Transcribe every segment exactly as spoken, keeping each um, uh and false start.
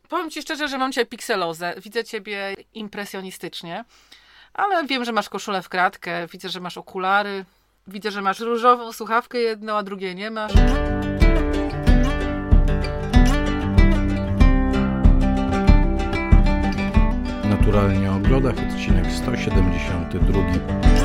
powiem ci szczerze, że mam cię pikselozę. Widzę ciebie impresjonistycznie, ale wiem, że masz koszulę w kratkę, widzę, że masz okulary, widzę, że masz różową słuchawkę jedną, a drugiej nie masz. Naturalnie o ogrodach, odcinek sto siedemdziesiąty drugi.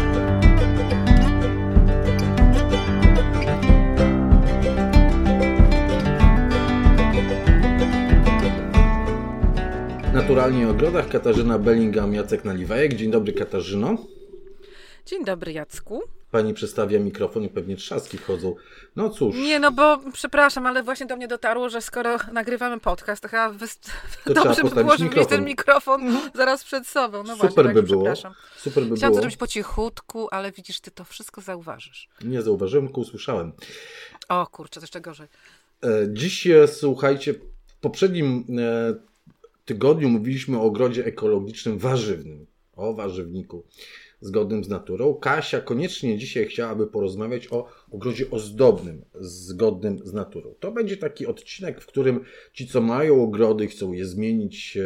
Naturalnie o ogrodach, Katarzyna Bellingham, Jacek Naliwajek. Dzień dobry, Katarzyno. Dzień dobry, Jacku. Pani przestawia mikrofon i pewnie trzaski wchodzą. No cóż. Nie, no bo przepraszam, ale właśnie do mnie dotarło, że skoro nagrywamy podcast, to chyba wyst... to dobrze by było, żeby mieć ten mikrofon mhm. zaraz przed sobą. No Super właśnie, by tak, było. Przepraszam. Super by Chciałam było. to zrobić po cichutku, ale widzisz, ty to wszystko zauważysz. Nie zauważyłem, tylko usłyszałem. O kurczę, to jeszcze gorzej. Dziś, słuchajcie, w poprzednim tygodniu mówiliśmy o ogrodzie ekologicznym warzywnym. O warzywniku zgodnym z naturą. Kasia koniecznie dzisiaj chciałaby porozmawiać o ogrodzie ozdobnym zgodnym z naturą. To będzie taki odcinek, w którym ci, co mają ogrody, chcą je zmienić,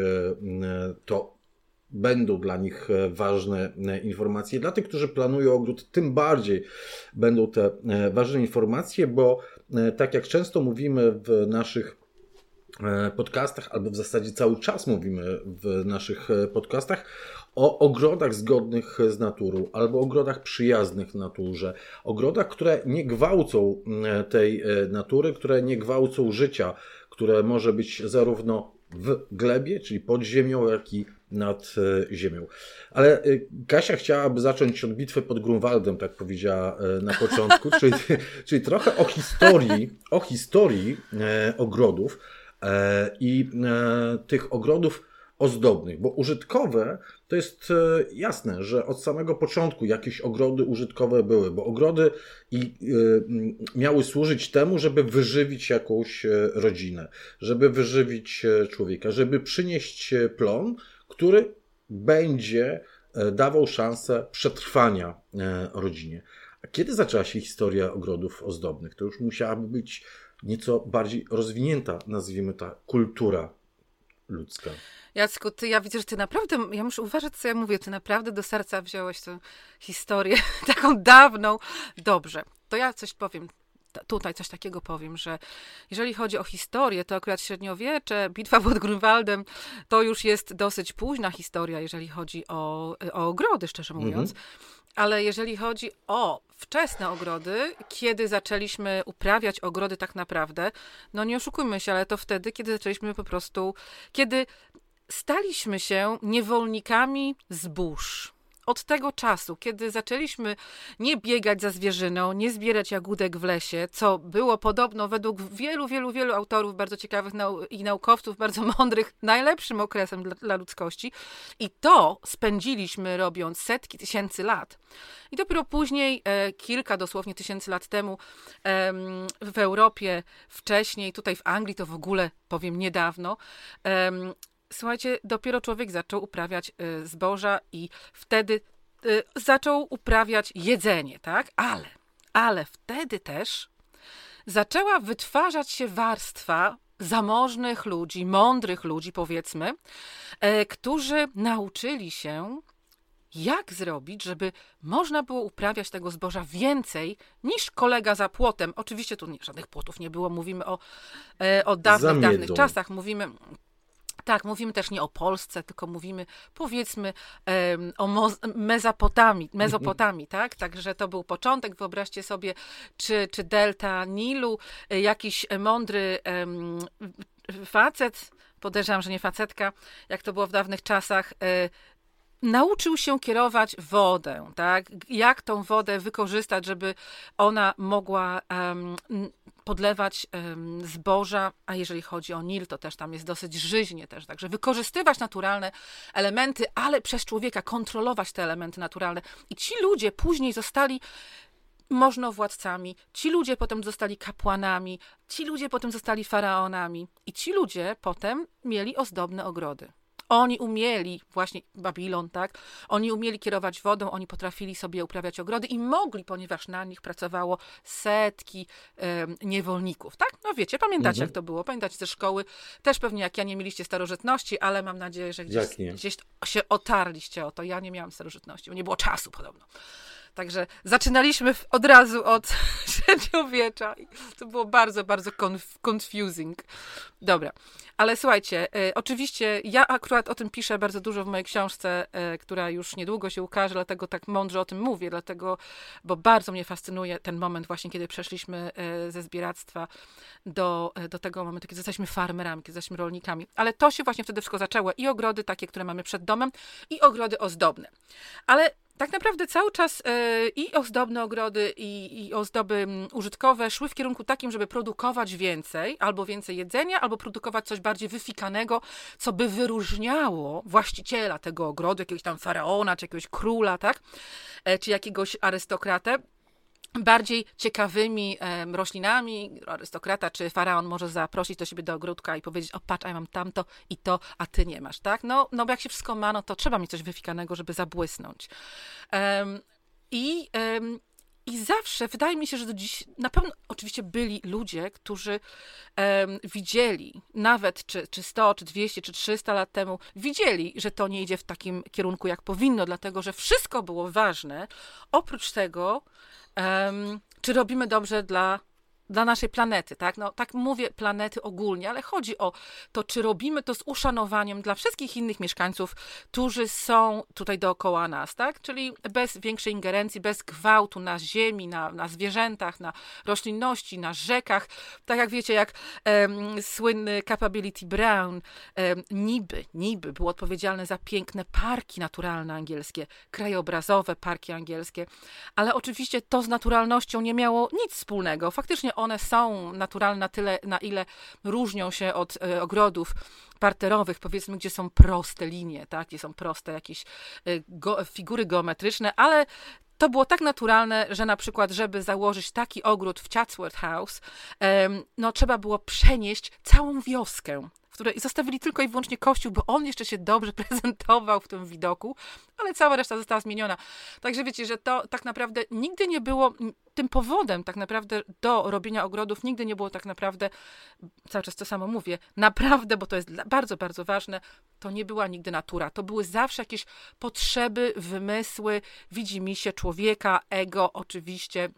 to będą dla nich ważne informacje. Dla tych, którzy planują ogród, tym bardziej będą te ważne informacje, bo tak jak często mówimy w naszych podcastach, albo w zasadzie cały czas mówimy w naszych podcastach o ogrodach zgodnych z naturą, albo ogrodach przyjaznych naturze, ogrodach, które nie gwałcą tej natury, które nie gwałcą życia, które może być zarówno w glebie, czyli pod ziemią, jak i nad ziemią. Ale Kasia chciałaby zacząć od bitwy pod Grunwaldem, tak powiedziała na początku, czyli, czyli trochę o historii, o historii ogrodów i tych ogrodów ozdobnych, bo użytkowe to jest jasne, że od samego początku jakieś ogrody użytkowe były, bo ogrody i miały służyć temu, żeby wyżywić jakąś rodzinę, żeby wyżywić człowieka, żeby przynieść plon, który będzie dawał szansę przetrwania rodzinie. A kiedy zaczęła się historia ogrodów ozdobnych? To już musiałaby być nieco bardziej rozwinięta, nazwijmy to, kultura ludzka. Jacku, ty, ja widzę, że ty naprawdę, ja muszę uważać, co ja mówię, ty naprawdę do serca wziąłeś tę historię taką dawną. Dobrze, to ja coś powiem. Tutaj coś takiego powiem, że jeżeli chodzi o historię, to akurat średniowiecze, bitwa pod Grunwaldem, to już jest dosyć późna historia, jeżeli chodzi o, o ogrody, szczerze mówiąc. Mhm. Ale jeżeli chodzi o wczesne ogrody, kiedy zaczęliśmy uprawiać ogrody tak naprawdę, no nie oszukujmy się, ale to wtedy, kiedy zaczęliśmy po prostu, kiedy staliśmy się niewolnikami zbóż. Od tego czasu, kiedy zaczęliśmy nie biegać za zwierzyną, nie zbierać jagódek w lesie, co było podobno według wielu, wielu, wielu autorów bardzo ciekawych nau- i naukowców, bardzo mądrych, najlepszym okresem dla, dla ludzkości. I to spędziliśmy robiąc setki tysięcy lat. I dopiero później, e, kilka dosłownie tysięcy lat temu e, w Europie, wcześniej, tutaj w Anglii to w ogóle powiem niedawno, e, słuchajcie, dopiero człowiek zaczął uprawiać y, zboża i wtedy y, zaczął uprawiać jedzenie, tak? Ale, ale wtedy też zaczęła wytwarzać się warstwa zamożnych ludzi, mądrych ludzi, powiedzmy, y, którzy nauczyli się, jak zrobić, żeby można było uprawiać tego zboża więcej niż kolega za płotem. Oczywiście tu nie, żadnych płotów nie było, mówimy o, y, o dawnych, dawnych czasach, mówimy... Tak, mówimy też nie o Polsce, tylko mówimy, powiedzmy, um, o Mo- Mezopotamii, Mezopotamii, tak? Także to był początek, wyobraźcie sobie, czy, czy delta Nilu, jakiś mądry um, facet, podejrzewam, że nie facetka, jak to było w dawnych czasach, y, nauczył się kierować wodę, tak? Jak tą wodę wykorzystać, żeby ona mogła um, podlewać um, zboża, a jeżeli chodzi o Nil, to też tam jest dosyć żyźnie też, także wykorzystywać naturalne elementy, ale przez człowieka kontrolować te elementy naturalne. I ci ludzie później zostali możnowładcami, ci ludzie potem zostali kapłanami, ci ludzie potem zostali faraonami i ci ludzie potem mieli ozdobne ogrody. Oni umieli, właśnie Babilon, tak? Oni umieli kierować wodą, oni potrafili sobie uprawiać ogrody i mogli, ponieważ na nich pracowało setki um, niewolników, tak? No wiecie, pamiętacie mhm. jak to było, pamiętacie ze szkoły, też pewnie jak ja nie mieliście starożytności, ale mam nadzieję, że gdzieś, gdzieś się otarliście o to. Ja nie miałam starożytności, bo nie było czasu podobno. Także zaczynaliśmy od razu od średniowiecza i to było bardzo, bardzo conf- confusing. Dobra, ale słuchajcie, e, oczywiście ja akurat o tym piszę bardzo dużo w mojej książce, e, która już niedługo się ukaże, dlatego tak mądrze o tym mówię, dlatego, bo bardzo mnie fascynuje ten moment właśnie, kiedy przeszliśmy e, ze zbieractwa do, e, do tego momentu, kiedy zostaliśmy farmerami, kiedy zostaliśmy rolnikami. Ale to się właśnie wtedy wszystko zaczęło i ogrody takie, które mamy przed domem i ogrody ozdobne. Ale tak naprawdę cały czas y, i ozdobne ogrody, i, i ozdoby użytkowe szły w kierunku takim, żeby produkować więcej, albo więcej jedzenia, albo produkować coś bardziej wyfikanego, co by wyróżniało właściciela tego ogrodu, jakiegoś tam faraona, czy jakiegoś króla, tak? E, czy jakiegoś arystokratę. Bardziej ciekawymi e, roślinami, arystokrata czy faraon może zaprosić do siebie do ogródka i powiedzieć: o patrz, a ja mam tamto i to, a ty nie masz, tak? No, no bo jak się wszystko ma, no to trzeba mieć coś wyfikanego, żeby zabłysnąć. Um, i, um, I zawsze, wydaje mi się, że do dziś, na pewno oczywiście byli ludzie, którzy um, widzieli, nawet czy, czy sto, czy dwieście, czy trzysta lat temu, widzieli, że to nie idzie w takim kierunku, jak powinno, dlatego, że wszystko było ważne, oprócz tego, Um, czy robimy dobrze dla, dla naszej planety, tak? No, tak mówię planety ogólnie, ale chodzi o to, czy robimy to z uszanowaniem dla wszystkich innych mieszkańców, którzy są tutaj dookoła nas, tak? Czyli bez większej ingerencji, bez gwałtu na ziemi, na, na zwierzętach, na roślinności, na rzekach. Tak jak wiecie, jak um, słynny Capability Brown um, niby, niby był odpowiedzialny za piękne parki naturalne angielskie, krajobrazowe parki angielskie, ale oczywiście to z naturalnością nie miało nic wspólnego. Faktycznie one są naturalne na tyle, na ile różnią się od e, ogrodów parterowych, powiedzmy, gdzie są proste linie, tak? Gdzie są proste jakieś e, go, figury geometryczne, ale to było tak naturalne, że na przykład, żeby założyć taki ogród w Chatsworth House, e, no trzeba było przenieść całą wioskę, w której zostawili tylko i wyłącznie kościół, bo on jeszcze się dobrze prezentował w tym widoku, ale cała reszta została zmieniona. Także wiecie, że to tak naprawdę nigdy nie było, tym powodem tak naprawdę do robienia ogrodów nigdy nie było tak naprawdę, cały czas to samo mówię, naprawdę, bo to jest bardzo, bardzo ważne, to nie była nigdy natura. To były zawsze jakieś potrzeby, wymysły, widzimisię człowieka, ego oczywiście,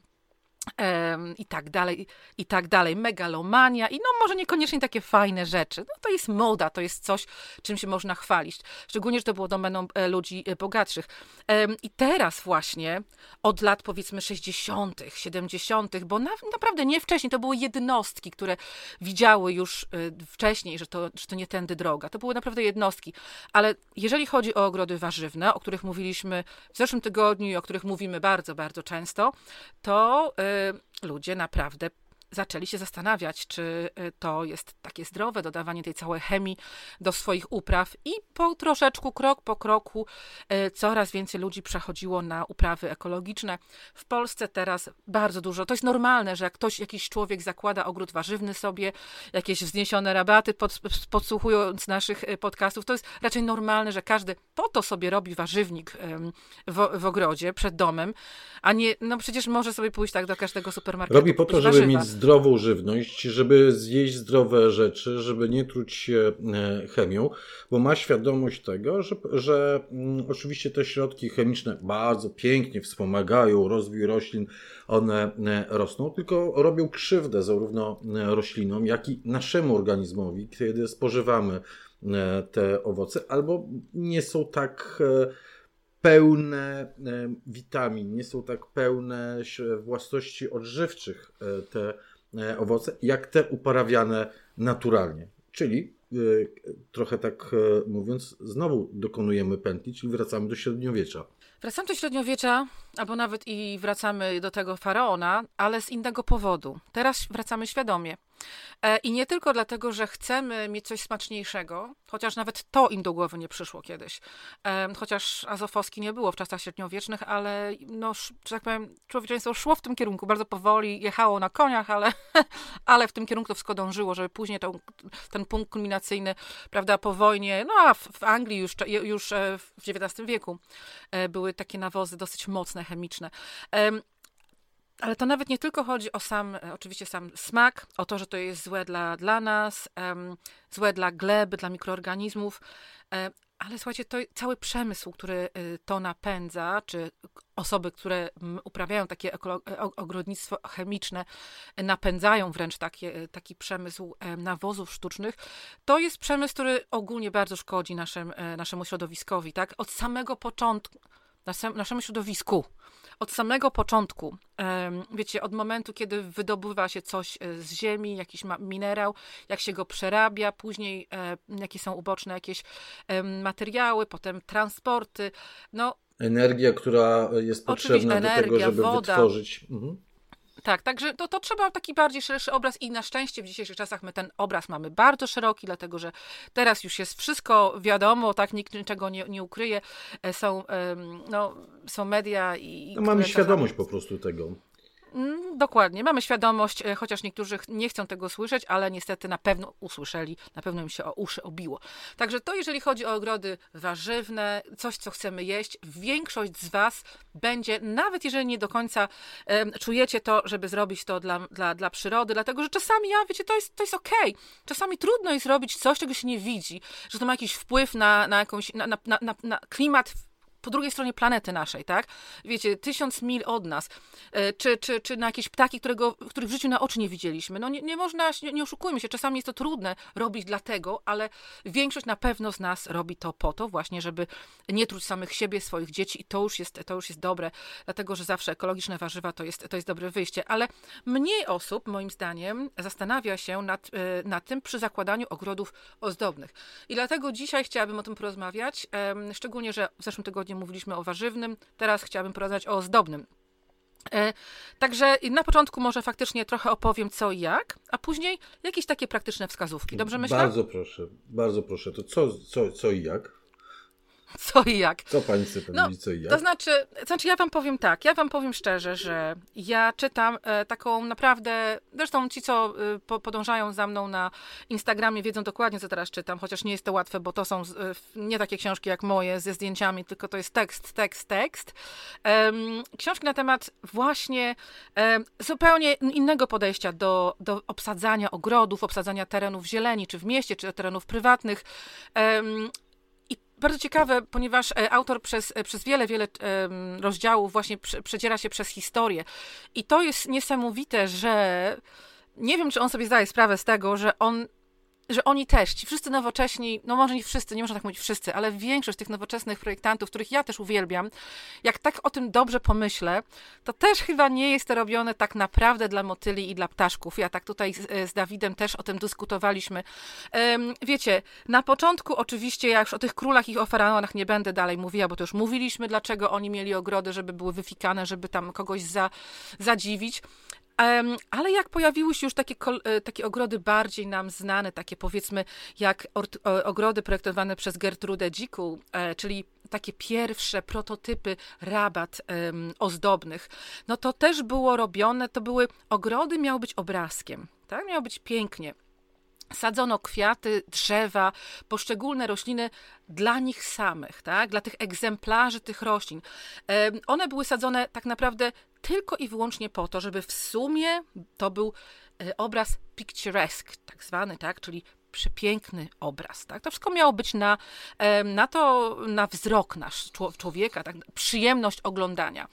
Um, i tak dalej, i tak dalej, megalomania i no może niekoniecznie takie fajne rzeczy. No to jest moda, to jest coś, czym się można chwalić. Szczególnie, że to było domeną e, ludzi e, bogatszych. Um, I teraz właśnie od lat powiedzmy sześćdziesiątych, siedemdziesiątych, bo na, naprawdę nie wcześniej, to były jednostki, które widziały już e, wcześniej, że to, że to nie tędy droga. To były naprawdę jednostki. Ale jeżeli chodzi o ogrody warzywne, o których mówiliśmy w zeszłym tygodniu i o których mówimy bardzo, bardzo często, to e, ludzie naprawdę zaczęli się zastanawiać, czy to jest takie zdrowe dodawanie tej całej chemii do swoich upraw i po troszeczku, krok po kroku coraz więcej ludzi przechodziło na uprawy ekologiczne. W Polsce teraz bardzo dużo, to jest normalne, że jak ktoś, jakiś człowiek zakłada ogród warzywny sobie, jakieś wzniesione rabaty pod, podsłuchując naszych podcastów, to jest raczej normalne, że każdy po to sobie robi warzywnik w, w ogrodzie, przed domem, a nie, no przecież może sobie pójść tak do każdego supermarketu. Robi po to, żeby warzywa. mieć zdrową żywność, żeby zjeść zdrowe rzeczy, żeby nie truć się chemią, bo ma świadomość tego, że, że mm, oczywiście te środki chemiczne bardzo pięknie wspomagają rozwój roślin, one rosną, tylko robią krzywdę zarówno roślinom, jak i naszemu organizmowi, kiedy spożywamy te owoce, albo nie są tak pełne witamin, nie są tak pełne własności odżywczych te owoce, jak te uprawiane naturalnie. Czyli trochę tak mówiąc, znowu dokonujemy pętli, czyli wracamy do średniowiecza. Wracamy do średniowiecza, albo nawet i wracamy do tego faraona, ale z innego powodu. Teraz wracamy świadomie. I nie tylko dlatego, że chcemy mieć coś smaczniejszego, chociaż nawet to im do głowy nie przyszło kiedyś. Chociaż Azofowski nie było w czasach średniowiecznych, ale no, że tak powiem, człowieczeństwo szło w tym kierunku, bardzo powoli, jechało na koniach, ale, ale w tym kierunku to wszystko dążyło, żeby później to, ten punkt kulminacyjny, prawda, po wojnie, no a w, w Anglii już, już w dziewiętnastym wieku były takie nawozy dosyć mocne, chemiczne. Ale to nawet nie tylko chodzi o sam, oczywiście sam smak, o to, że to jest złe dla, dla nas, um, złe dla gleby, dla mikroorganizmów, um, ale słuchajcie, to cały przemysł, który to napędza, czy osoby, które uprawiają takie ogrodnictwo chemiczne, napędzają wręcz takie, taki przemysł nawozów sztucznych, to jest przemysł, który ogólnie bardzo szkodzi naszym, naszemu środowiskowi, tak? Od samego początku, naszemu środowisku. Od samego początku, wiecie, od momentu, kiedy wydobywa się coś z ziemi, jakiś minerał, jak się go przerabia, później jakie są uboczne jakieś materiały, potem transporty, no... Energia, która jest potrzebna energia, do tego, żeby woda. wytworzyć... Mhm. Tak, także to, to trzeba taki bardziej szerszy obraz i na szczęście w dzisiejszych czasach my ten obraz mamy bardzo szeroki, dlatego że teraz już jest wszystko wiadomo, tak, nikt niczego nie, nie ukryje, są, no, są media i... No, mamy świadomość czasami... po prostu tego. Dokładnie, mamy świadomość, chociaż niektórzy nie chcą tego słyszeć, ale niestety na pewno usłyszeli, na pewno im się o uszy obiło. Także to, jeżeli chodzi o ogrody warzywne, coś, co chcemy jeść, większość z was będzie, nawet jeżeli nie do końca um, czujecie to, żeby zrobić to dla, dla, dla przyrody, dlatego, że czasami, ja wiecie, to jest, to jest okej. Czasami trudno jest robić coś, czego się nie widzi, że to ma jakiś wpływ na, na, jakąś, na, na, na, na klimat po drugiej stronie planety naszej, tak? Wiecie, tysiąc mil od nas, czy, czy, czy na jakieś ptaki, którego, których w życiu na oczy nie widzieliśmy. No nie, nie można, nie, nie oszukujmy się, czasami jest to trudne robić dlatego, ale większość na pewno z nas robi to po to właśnie, żeby nie truć samych siebie, swoich dzieci i to już jest, to już jest dobre, dlatego, że zawsze ekologiczne warzywa to jest, to jest dobre wyjście, ale mniej osób, moim zdaniem, zastanawia się nad, nad tym przy zakładaniu ogrodów ozdobnych. I dlatego dzisiaj chciałabym o tym porozmawiać, szczególnie, że w zeszłym tygodniu mówiliśmy o warzywnym, teraz chciałabym porozmawiać o ozdobnym. E, także na początku może faktycznie trochę opowiem co i jak, a później jakieś takie praktyczne wskazówki. Dobrze myślę? Bardzo proszę, bardzo proszę. To co, co, co i jak? Co i jak? Co pani chce powiedzieć, no, co i jak? To znaczy, znaczy, ja wam powiem tak, ja wam powiem szczerze, że ja czytam e, taką naprawdę, zresztą ci, co e, po, podążają za mną na Instagramie, wiedzą dokładnie, co teraz czytam, chociaż nie jest to łatwe, bo to są e, nie takie książki jak moje ze zdjęciami, tylko to jest tekst, tekst, tekst. E, książki na temat właśnie e, zupełnie innego podejścia do, do obsadzania ogrodów, obsadzania terenów zieleni, czy w mieście, czy terenów prywatnych. E, Bardzo ciekawe, ponieważ autor przez, przez wiele, wiele rozdziałów właśnie przedziera się przez historię. I to jest niesamowite, że nie wiem, czy on sobie zdaje sprawę z tego, że on że oni też, ci wszyscy nowocześni, no może nie wszyscy, nie można tak mówić wszyscy, ale większość tych nowoczesnych projektantów, których ja też uwielbiam, jak tak o tym dobrze pomyślę, to też chyba nie jest to robione tak naprawdę dla motyli i dla ptaszków. Ja tak tutaj z, z Dawidem też o tym dyskutowaliśmy. Um, wiecie, na początku oczywiście, ja już o tych królach i o faraonach nie będę dalej mówiła, bo to już mówiliśmy, dlaczego oni mieli ogrody, żeby były wyfikane, żeby tam kogoś za, zadziwić. Um, ale jak pojawiły się już takie, takie ogrody bardziej nam znane, takie powiedzmy jak ogrody projektowane przez Gertrudę Dziku, e, czyli takie pierwsze prototypy rabat um, ozdobnych, no to też było robione, to były, ogrody miały być obrazkiem, tak? Miało być pięknie. Sadzono kwiaty, drzewa, poszczególne rośliny dla nich samych, tak? Dla tych egzemplarzy tych roślin. Um, one były sadzone tak naprawdę tylko i wyłącznie po to, żeby w sumie to był obraz picturesque, tak zwany, tak? Czyli przepiękny obraz, tak? To wszystko miało być na, na to, na wzrok nasz człowieka, tak? Przyjemność oglądania.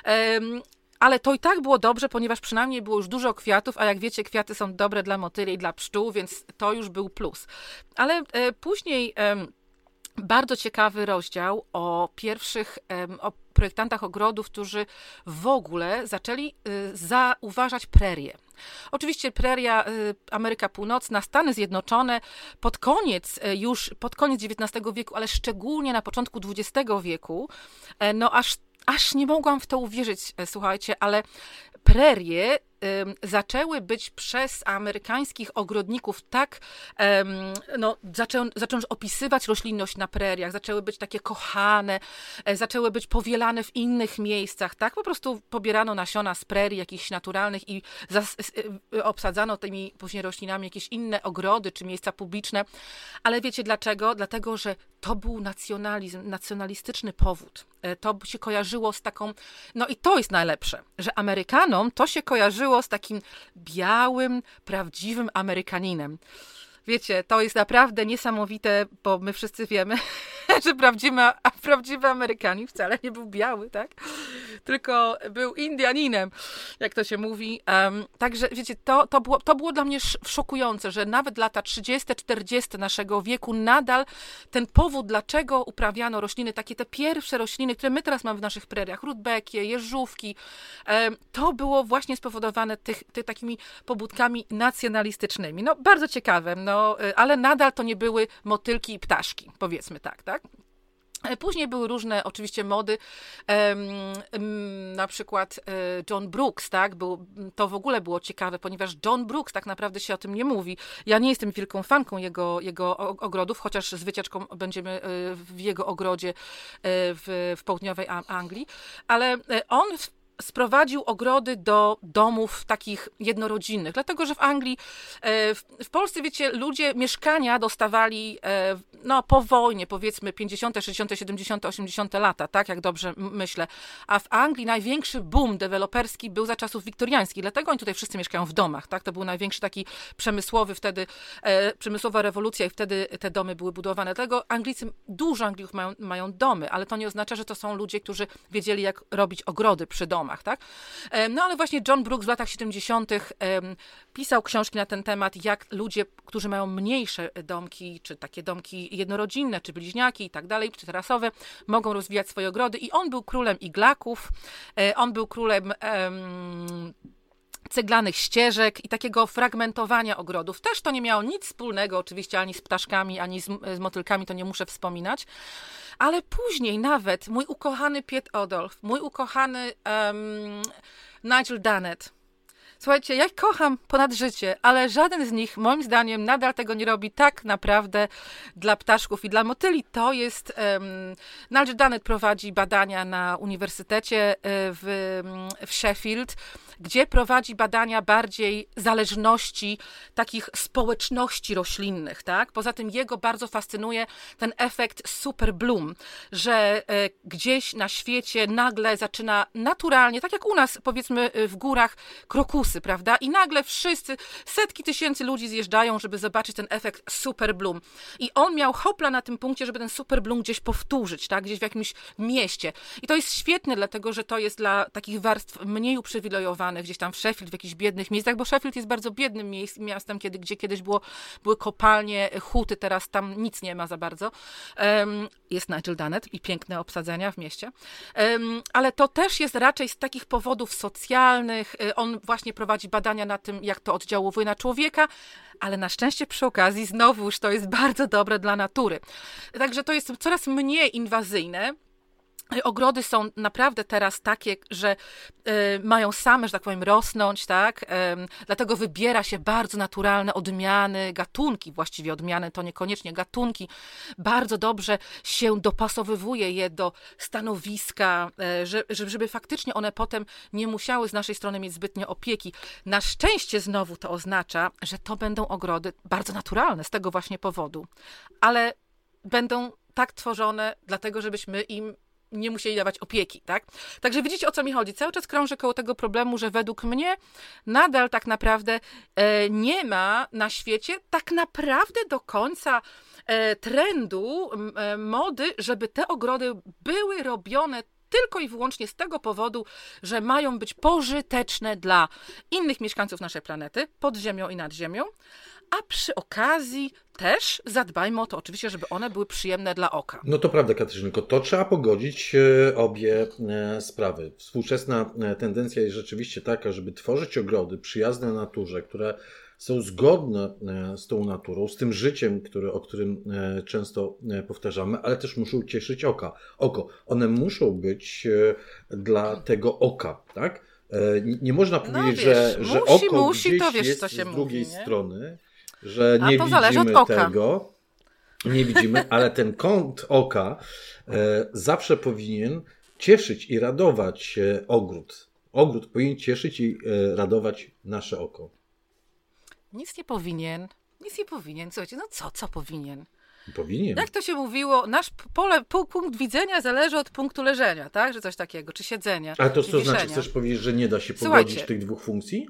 Um, Ale to i tak było dobrze, ponieważ przynajmniej było już dużo kwiatów, a jak wiecie, kwiaty są dobre dla motyli i dla pszczół, więc to już był plus. Ale e, później e, bardzo ciekawy rozdział o pierwszych, e, o projektantach ogrodów, którzy w ogóle zaczęli e, zauważać prerię. Oczywiście preria, Ameryka Północna, Stany Zjednoczone pod koniec, już pod koniec dziewiętnastego wieku, ale szczególnie na początku dwudziestego wieku, no aż Aż nie mogłam w to uwierzyć, słuchajcie, ale prerie zaczęły być przez amerykańskich ogrodników tak, no, zaczę, zacząć opisywać roślinność na preriach, zaczęły być takie kochane, zaczęły być powielane w innych miejscach, tak? Po prostu pobierano nasiona z prerii jakichś naturalnych i zas, obsadzano tymi później roślinami jakieś inne ogrody czy miejsca publiczne. Ale wiecie dlaczego? Dlatego, że to był nacjonalizm, nacjonalistyczny powód. To się kojarzyło z taką, no i to jest najlepsze, że Amerykanom to się kojarzyło z takim białym, prawdziwym Amerykaninem. Wiecie, to jest naprawdę niesamowite, bo my wszyscy wiemy, że prawdziwy, a prawdziwy Amerykanin wcale nie był biały, tak? Tylko był Indianinem, jak to się mówi. Um, także wiecie, to, to, było, to było dla mnie szokujące, że nawet lata trzydzieste, czterdzieste naszego wieku nadal ten powód, dlaczego uprawiano rośliny, takie te pierwsze rośliny, które my teraz mamy w naszych preriach, rudbekie, jeżówki, um, to było właśnie spowodowane tych, tych takimi pobudkami nacjonalistycznymi. No bardzo ciekawe, no. No, ale nadal to nie były motylki i ptaszki, powiedzmy tak, tak? Później były różne oczywiście mody, na przykład John Brooks, tak? Był, to w ogóle było ciekawe, ponieważ John Brooks tak naprawdę się o tym nie mówi. Ja nie jestem wielką fanką jego, jego ogrodów, chociaż z wycieczką będziemy w jego ogrodzie w, w południowej Anglii, ale on sprowadził ogrody do domów takich jednorodzinnych, dlatego, że w Anglii, w Polsce, wiecie, ludzie mieszkania dostawali no, po wojnie, powiedzmy pięćdziesiąte, sześćdziesiąte, siedemdziesiąte, osiemdziesiąte lata, tak, jak dobrze myślę, a w Anglii największy boom deweloperski był za czasów wiktoriańskich, dlatego oni tutaj wszyscy mieszkają w domach, tak, to był największy taki przemysłowy wtedy, przemysłowa rewolucja i wtedy te domy były budowane, dlatego Anglicy, dużo Anglików mają, mają domy, ale to nie oznacza, że to są ludzie, którzy wiedzieli, jak robić ogrody przy domach. Tak? No ale właśnie John Brooks w latach siedemdziesiątych pisał książki na ten temat, jak ludzie, którzy mają mniejsze domki, czy takie domki jednorodzinne, czy bliźniaki i tak dalej, czy terasowe, mogą rozwijać swoje ogrody i on był królem iglaków, on był królem um, ceglanych ścieżek i takiego fragmentowania ogrodów. Też to nie miało nic wspólnego oczywiście ani z ptaszkami, ani z, z motylkami, to nie muszę wspominać, ale później nawet mój ukochany Piet Odolf, mój ukochany um, Nigel Dunnett. Słuchajcie, ja ich kocham ponad życie, ale żaden z nich, moim zdaniem, nadal tego nie robi tak naprawdę dla ptaszków i dla motyli. To jest... Um, Nigel Dunnett prowadzi badania na uniwersytecie w, w Sheffield, gdzie prowadzi badania bardziej zależności takich społeczności roślinnych, tak? Poza tym jego bardzo fascynuje ten efekt super bloom, że e, gdzieś na świecie nagle zaczyna naturalnie, tak jak u nas powiedzmy w górach krokusy, prawda? I nagle wszyscy, setki tysięcy ludzi zjeżdżają, żeby zobaczyć ten efekt super bloom. I on miał hopla na tym punkcie, żeby ten super bloom gdzieś powtórzyć, tak? Gdzieś w jakimś mieście. I to jest świetne, dlatego że to jest dla takich warstw mniej uprzywilejowanych, gdzieś tam w Sheffield, w jakichś biednych miejscach, bo Sheffield jest bardzo biednym miejsc, miastem, kiedy, gdzie kiedyś było, były kopalnie, huty, teraz tam nic nie ma za bardzo. Um, jest Nigel Dunnett i piękne obsadzenia w mieście. Um, ale to też jest raczej z takich powodów socjalnych. On właśnie prowadzi badania na tym, jak to oddziałuje na człowieka, ale na szczęście przy okazji znowuż to jest bardzo dobre dla natury. Także to jest coraz mniej inwazyjne. Ogrody są naprawdę teraz takie, że y, mają same, że tak powiem, rosnąć, tak? Y, dlatego wybiera się bardzo naturalne odmiany, gatunki, właściwie odmiany to niekoniecznie gatunki. Bardzo dobrze się dopasowywuje je do stanowiska, y, że, żeby faktycznie one potem nie musiały z naszej strony mieć zbytnio opieki. Na szczęście znowu to oznacza, że to będą ogrody bardzo naturalne z tego właśnie powodu, ale będą tak tworzone dlatego, żebyśmy im nie musieli dawać opieki, tak? Także widzicie, o co mi chodzi. Cały czas krążę koło tego problemu, że według mnie nadal tak naprawdę e, nie ma na świecie tak naprawdę do końca e, trendu, e, mody, żeby te ogrody były robione tylko i wyłącznie z tego powodu, że mają być pożyteczne dla innych mieszkańców naszej planety, pod ziemią i nad ziemią, a przy okazji też zadbajmy o to oczywiście, żeby one były przyjemne dla oka. No to prawda, Katarzynko, to trzeba pogodzić obie sprawy. Współczesna tendencja jest rzeczywiście taka, żeby tworzyć ogrody przyjazne naturze, które są zgodne z tą naturą, z tym życiem, które, o którym często powtarzamy, ale też muszą cieszyć oka. oko. One muszą być dla tego oka, tak? Nie, nie można powiedzieć, no, wiesz, że, że musi, oko musi, gdzieś to wiesz, jest co się z drugiej mówi, nie? strony, że A nie to zależy od widzimy oka. tego. Nie widzimy, ale ten kąt oka e, zawsze powinien cieszyć i radować e, ogród. Ogród powinien cieszyć i e, radować nasze oko. Nic nie powinien. Nic nie powinien. Słuchajcie, no co, co powinien? Powinien. Jak to się mówiło, nasz pole, punkt widzenia zależy od punktu leżenia, tak? Że coś takiego, czy siedzenia. Ale to co wiszenia. znaczy? Chcesz powiedzieć, że nie da się Słuchajcie, pogodzić tych dwóch funkcji?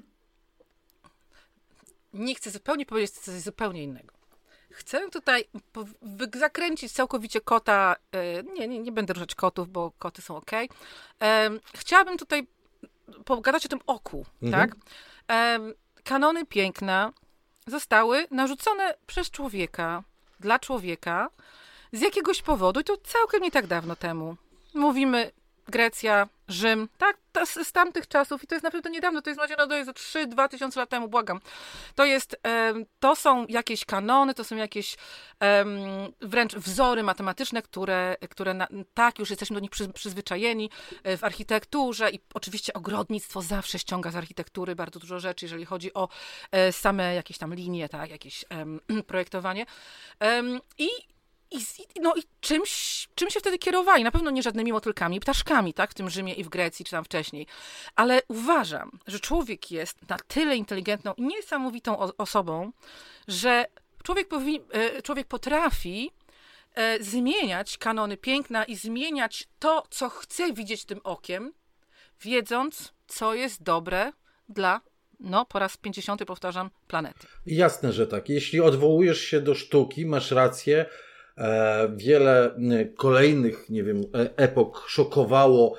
Nie chcę zupełnie powiedzieć coś zupełnie innego. Chcę tutaj zakręcić całkowicie kota. Nie, nie, nie będę ruszać kotów, bo koty są okej. Okay. Chciałabym tutaj pogadać o tym oku, mhm. tak? Kanony piękna zostały narzucone przez człowieka, dla człowieka, z jakiegoś powodu, i to całkiem nie tak dawno temu. Mówimy Grecja, Rzym, tak, to z, z tamtych czasów, i to jest naprawdę niedawno, to jest, no, to jest trzy dwa tysiące lat temu, błagam. To jest, um, to są jakieś kanony, to są jakieś um, wręcz wzory matematyczne, które, które na, tak, już jesteśmy do nich przy, przyzwyczajeni w architekturze, i oczywiście ogrodnictwo zawsze ściąga z architektury bardzo dużo rzeczy, jeżeli chodzi o e, same jakieś tam linie, tak, jakieś um, projektowanie. Um, I I, no i czymś, czym się wtedy kierowali? Na pewno nie żadnymi motylkami, ptaszkami, tak? W tym Rzymie i w Grecji, czy tam wcześniej. Ale uważam, że człowiek jest na tyle inteligentną i niesamowitą o- osobą, że człowiek, powi- człowiek potrafi e, zmieniać kanony piękna i zmieniać to, co chce widzieć tym okiem, wiedząc, co jest dobre dla, no po raz pięćdziesiąty powtarzam, planety. Jasne, że tak. Jeśli odwołujesz się do sztuki, masz rację. Wiele kolejnych, nie wiem, epok szokowało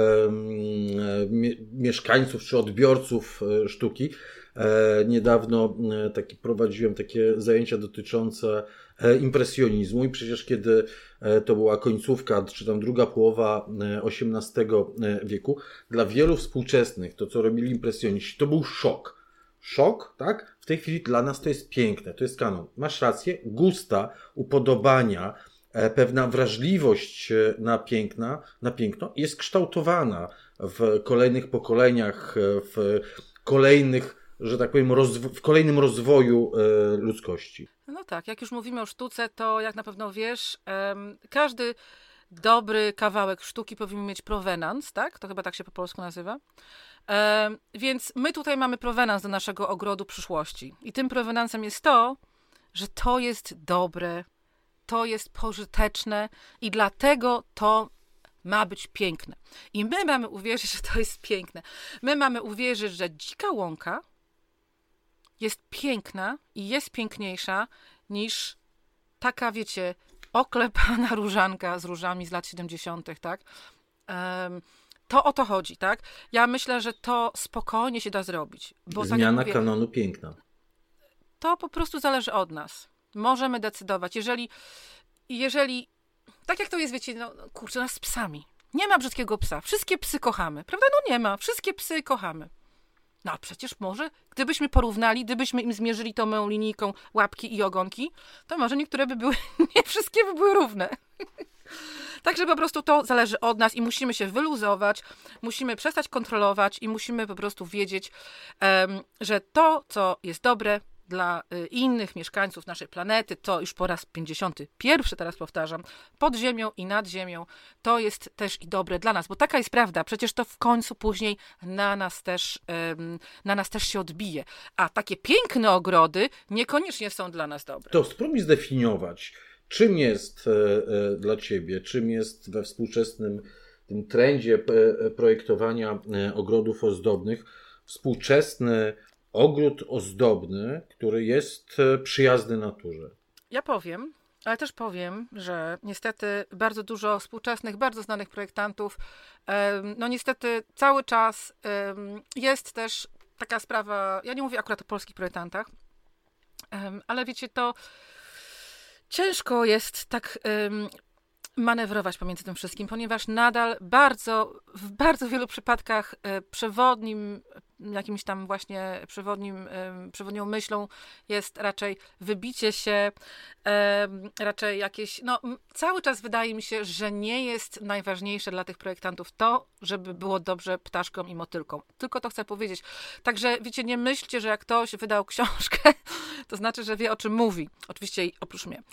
mieszkańców czy odbiorców sztuki. Niedawno taki, prowadziłem takie zajęcia dotyczące impresjonizmu i przecież kiedy to była końcówka, czy tam druga połowa osiemnastego wieku, dla wielu współczesnych to, co robili impresjoniści, to był szok. Szok, tak? W tej chwili dla nas to jest piękne, to jest kanon. Masz rację, gusta, upodobania, pewna wrażliwość na, piękna, na piękno jest kształtowana w kolejnych pokoleniach, w kolejnych, że tak powiem, rozwo- w kolejnym rozwoju ludzkości. No tak, jak już mówimy o sztuce, to jak na pewno wiesz, um, każdy dobry kawałek sztuki powinien mieć provenance, tak? To chyba tak się po polsku nazywa. Um, więc my tutaj mamy provenans do naszego ogrodu przyszłości. I tym provenansem jest to, że to jest dobre, to jest pożyteczne i dlatego to ma być piękne. I my mamy uwierzyć, że to jest piękne. My mamy uwierzyć, że dzika łąka jest piękna i jest piękniejsza niż taka, wiecie, oklepana różanka z różami z lat siedemdziesiątych, tak? Um, To o to chodzi, tak? Ja myślę, że to spokojnie się da zrobić. Bo Zmiana tak mówię, kanonu piękna. To po prostu zależy od nas. Możemy decydować. Jeżeli, jeżeli tak jak to jest, wiecie, no kurczę, nas z psami. Nie ma brzydkiego psa. Wszystkie psy kochamy. Prawda? No nie ma. Wszystkie psy kochamy. No a przecież może, gdybyśmy porównali, gdybyśmy im zmierzyli tą małą linijką łapki i ogonki, to może niektóre by były, nie wszystkie by były równe. Także po prostu to zależy od nas i musimy się wyluzować, musimy przestać kontrolować i musimy po prostu wiedzieć, um, że to, co jest dobre dla y, innych mieszkańców naszej planety, to już po raz pięćdziesiąty pierwszy, teraz powtarzam, pod ziemią i nad ziemią, to jest też i dobre dla nas, bo taka jest prawda, przecież to w końcu później na nas też, um, na nas też się odbije, a takie piękne ogrody niekoniecznie są dla nas dobre. To spróbuj zdefiniować, czym jest e, dla Ciebie, czym jest we współczesnym tym trendzie e, projektowania e, ogrodów ozdobnych współczesny ogród ozdobny, który jest e, przyjazny naturze. Ja powiem, ale też powiem, że niestety bardzo dużo współczesnych, bardzo znanych projektantów, no niestety cały czas jest też taka sprawa, ja nie mówię akurat o polskich projektantach, ale wiecie, to ciężko jest tak um, manewrować pomiędzy tym wszystkim, ponieważ nadal bardzo, w bardzo wielu przypadkach e, przewodnim jakimś tam właśnie przewodnim, przewodnią myślą jest raczej wybicie się, raczej jakieś, no cały czas wydaje mi się, że nie jest najważniejsze dla tych projektantów to, żeby było dobrze ptaszkom i motylkom. Tylko to chcę powiedzieć. Także wiecie, nie myślcie, że jak ktoś wydał książkę, to znaczy, że wie, o czym mówi. Oczywiście oprócz mnie.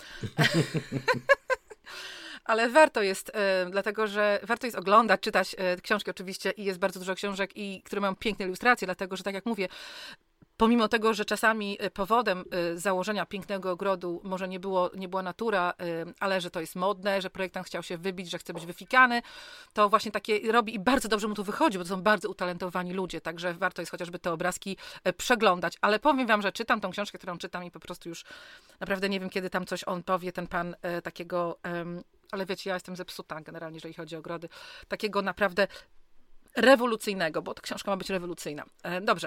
Ale warto jest, e, dlatego że warto jest oglądać, czytać e, książki oczywiście i jest bardzo dużo książek, i które mają piękne ilustracje, dlatego że tak jak mówię, pomimo tego, że czasami powodem założenia pięknego ogrodu może nie, było, nie była natura, ale że to jest modne, że projektant chciał się wybić, że chce być wyfikany, to właśnie takie robi i bardzo dobrze mu to wychodzi, bo to są bardzo utalentowani ludzie, także warto jest chociażby te obrazki przeglądać. Ale powiem wam, że czytam tą książkę, którą czytam i po prostu już naprawdę nie wiem, kiedy tam coś on powie, ten pan takiego, ale wiecie, ja jestem zepsuta generalnie, jeżeli chodzi o ogrody, takiego naprawdę rewolucyjnego, bo ta książka ma być rewolucyjna. Dobrze.